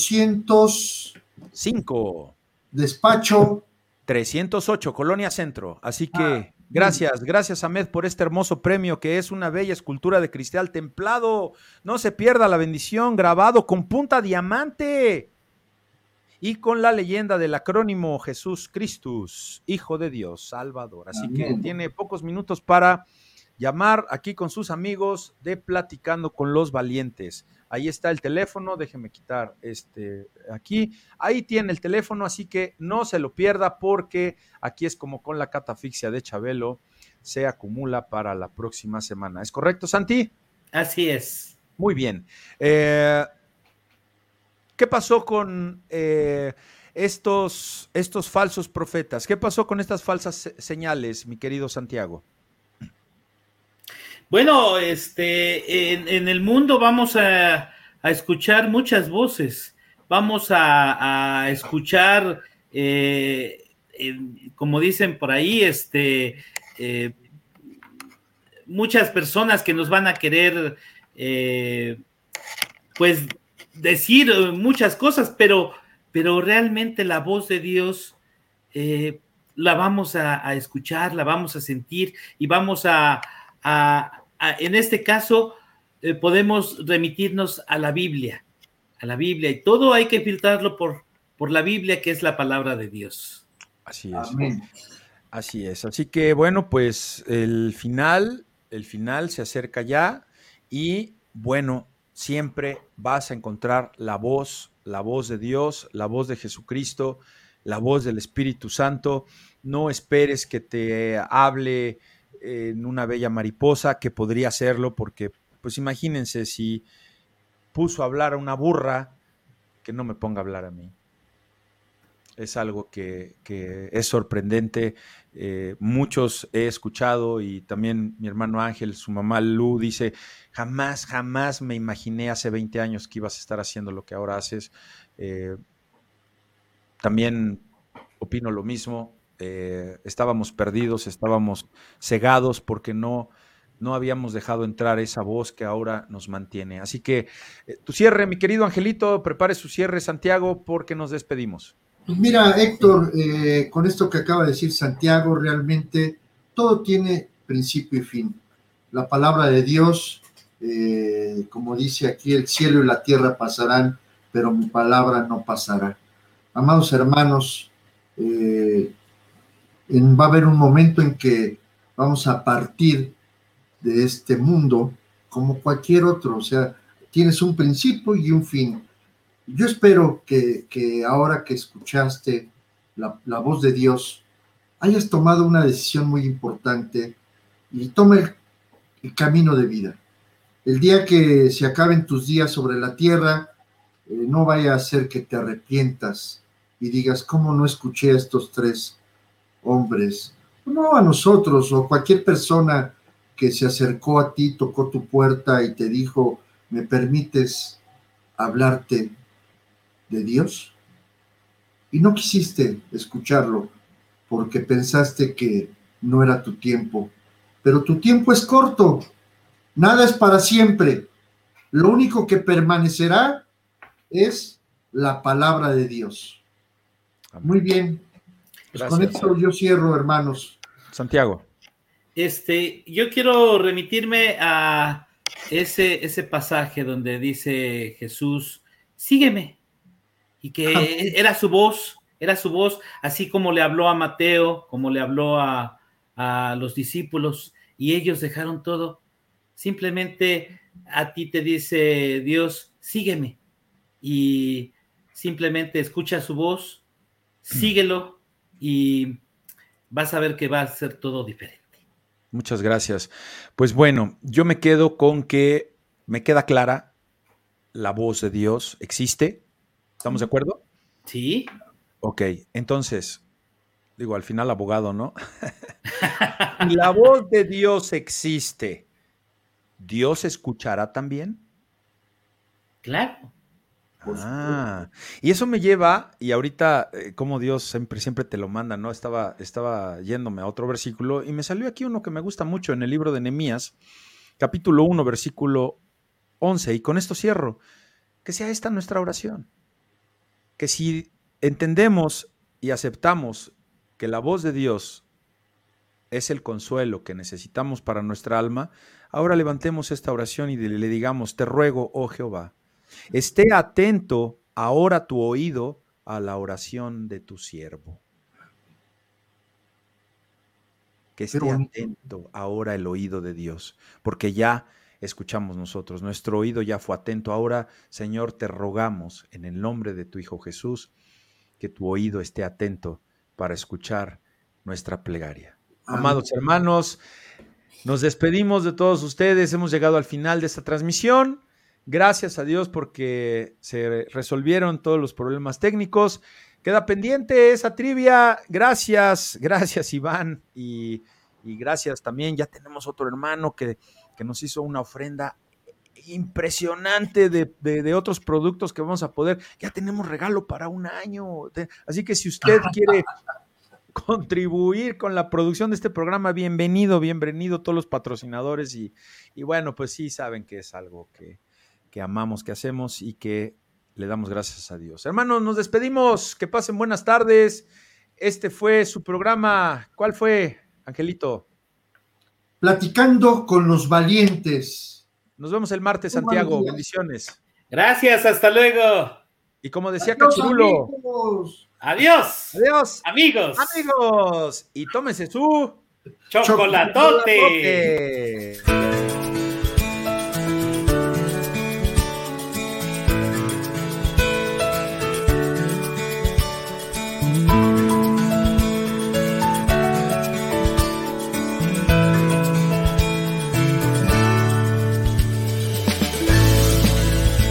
405. Despacho 308, Colonia Centro. Así que gracias Ahmed por este hermoso premio que es una bella escultura de cristal templado. No se pierda la bendición, grabado con punta diamante y con la leyenda del acrónimo Jesús Christus, Hijo de Dios, Salvador. Así que tiene pocos minutos para llamar aquí con sus amigos de Platicando con los Valientes. Ahí está el teléfono, déjeme quitar aquí. Ahí tiene el teléfono, así que no se lo pierda porque aquí es como con la catafixia de Chabelo, se acumula para la próxima semana. ¿Es correcto, Santi? Así es. Muy bien. ¿Qué pasó con estos falsos profetas? ¿Qué pasó con estas falsas señales, mi querido Santiago? Bueno, en el mundo vamos a escuchar muchas voces, vamos a escuchar, como dicen por ahí, muchas personas que nos van a querer, pues, decir muchas cosas, pero realmente la voz de Dios la vamos a escuchar, la vamos a sentir y vamos en este caso, podemos remitirnos a la Biblia, y todo hay que filtrarlo por la Biblia, que es la palabra de Dios. Así es. Amén. Así es. Así que, bueno, pues el final se acerca ya y, bueno, siempre vas a encontrar la voz de Dios, la voz de Jesucristo, la voz del Espíritu Santo. No esperes que te hable en una bella mariposa, que podría hacerlo, porque pues imagínense si puso a hablar a una burra, que no me ponga a hablar a mí. Es algo que es sorprendente. Muchos he escuchado y también mi hermano Ángel, su mamá Lu, dice, jamás me imaginé hace 20 años que ibas a estar haciendo lo que ahora haces. También opino lo mismo. Estábamos perdidos, estábamos cegados porque no habíamos dejado entrar esa voz que ahora nos mantiene. Así que tu cierre, mi querido Angelito, prepare su cierre, Santiago, porque nos despedimos. Pues mira, Héctor, con esto que acaba de decir Santiago, realmente todo tiene principio y fin. La palabra de Dios, como dice aquí, el cielo y la tierra pasarán, pero mi palabra no pasará. Amados hermanos, va a haber un momento en que vamos a partir de este mundo como cualquier otro, o sea, tienes un principio y un fin. Yo espero que ahora que escuchaste la voz de Dios, hayas tomado una decisión muy importante y toma el camino de vida. El día que se acaben tus días sobre la tierra, no vaya a ser que te arrepientas y digas, ¿cómo no escuché a estos 3 hombres? No a nosotros o cualquier persona que se acercó a ti, tocó tu puerta y te dijo, ¿me permites hablarte de Dios? Y no quisiste escucharlo porque pensaste que no era tu tiempo. Pero tu tiempo es corto, nada es para siempre. Lo único que permanecerá es la palabra de Dios. Amén. Muy bien. Pues con esto yo cierro, hermanos. Santiago. Yo quiero remitirme a ese pasaje donde dice Jesús, sígueme, y que era su voz, así como le habló a Mateo, como le habló a los discípulos, y ellos dejaron todo. Simplemente a ti te dice Dios, sígueme, y simplemente escucha su voz, síguelo, y vas a ver que va a ser todo diferente. Muchas gracias. Pues bueno, yo me quedo con que me queda clara, la voz de Dios existe. ¿Estamos de acuerdo? Sí. Ok, entonces, digo, al final abogado, ¿no? Si la voz de Dios existe, ¿Dios escuchará también? Claro. Ah, y eso me lleva, y ahorita, como Dios siempre te lo manda, ¿no? Estaba yéndome a otro versículo y me salió aquí uno que me gusta mucho en el libro de Nehemías, capítulo 1, versículo 11, y con esto cierro, que sea esta nuestra oración, que si entendemos y aceptamos que la voz de Dios es el consuelo que necesitamos para nuestra alma, ahora levantemos esta oración y le digamos, te ruego, oh Jehová, esté atento ahora tu oído a la oración de tu siervo. Que esté atento ahora el oído de Dios, porque ya escuchamos nosotros, nuestro oído ya fue atento. Ahora, Señor, te rogamos en el nombre de tu Hijo Jesús, que tu oído esté atento para escuchar nuestra plegaria. Amados hermanos, nos despedimos de todos ustedes, hemos llegado al final de esta transmisión. Gracias a Dios porque se resolvieron todos los problemas técnicos. Queda pendiente esa trivia. Gracias Iván y gracias también. Ya tenemos otro hermano que nos hizo una ofrenda impresionante de otros productos que vamos a poder. Ya tenemos regalo para un año. Así que si usted quiere contribuir con la producción de este programa, bienvenido todos los patrocinadores y bueno, pues sí saben que es algo que amamos, que hacemos y que le damos gracias a Dios. Hermanos, nos despedimos, que pasen buenas tardes. Este fue su programa. ¿Cuál fue, Angelito? Platicando con los valientes. Nos vemos el martes, Santiago. Bendiciones. Gracias, hasta luego. Y como decía Cachirulo, adiós. Adiós. Amigos. Amigos. Y tómese su chocolatote.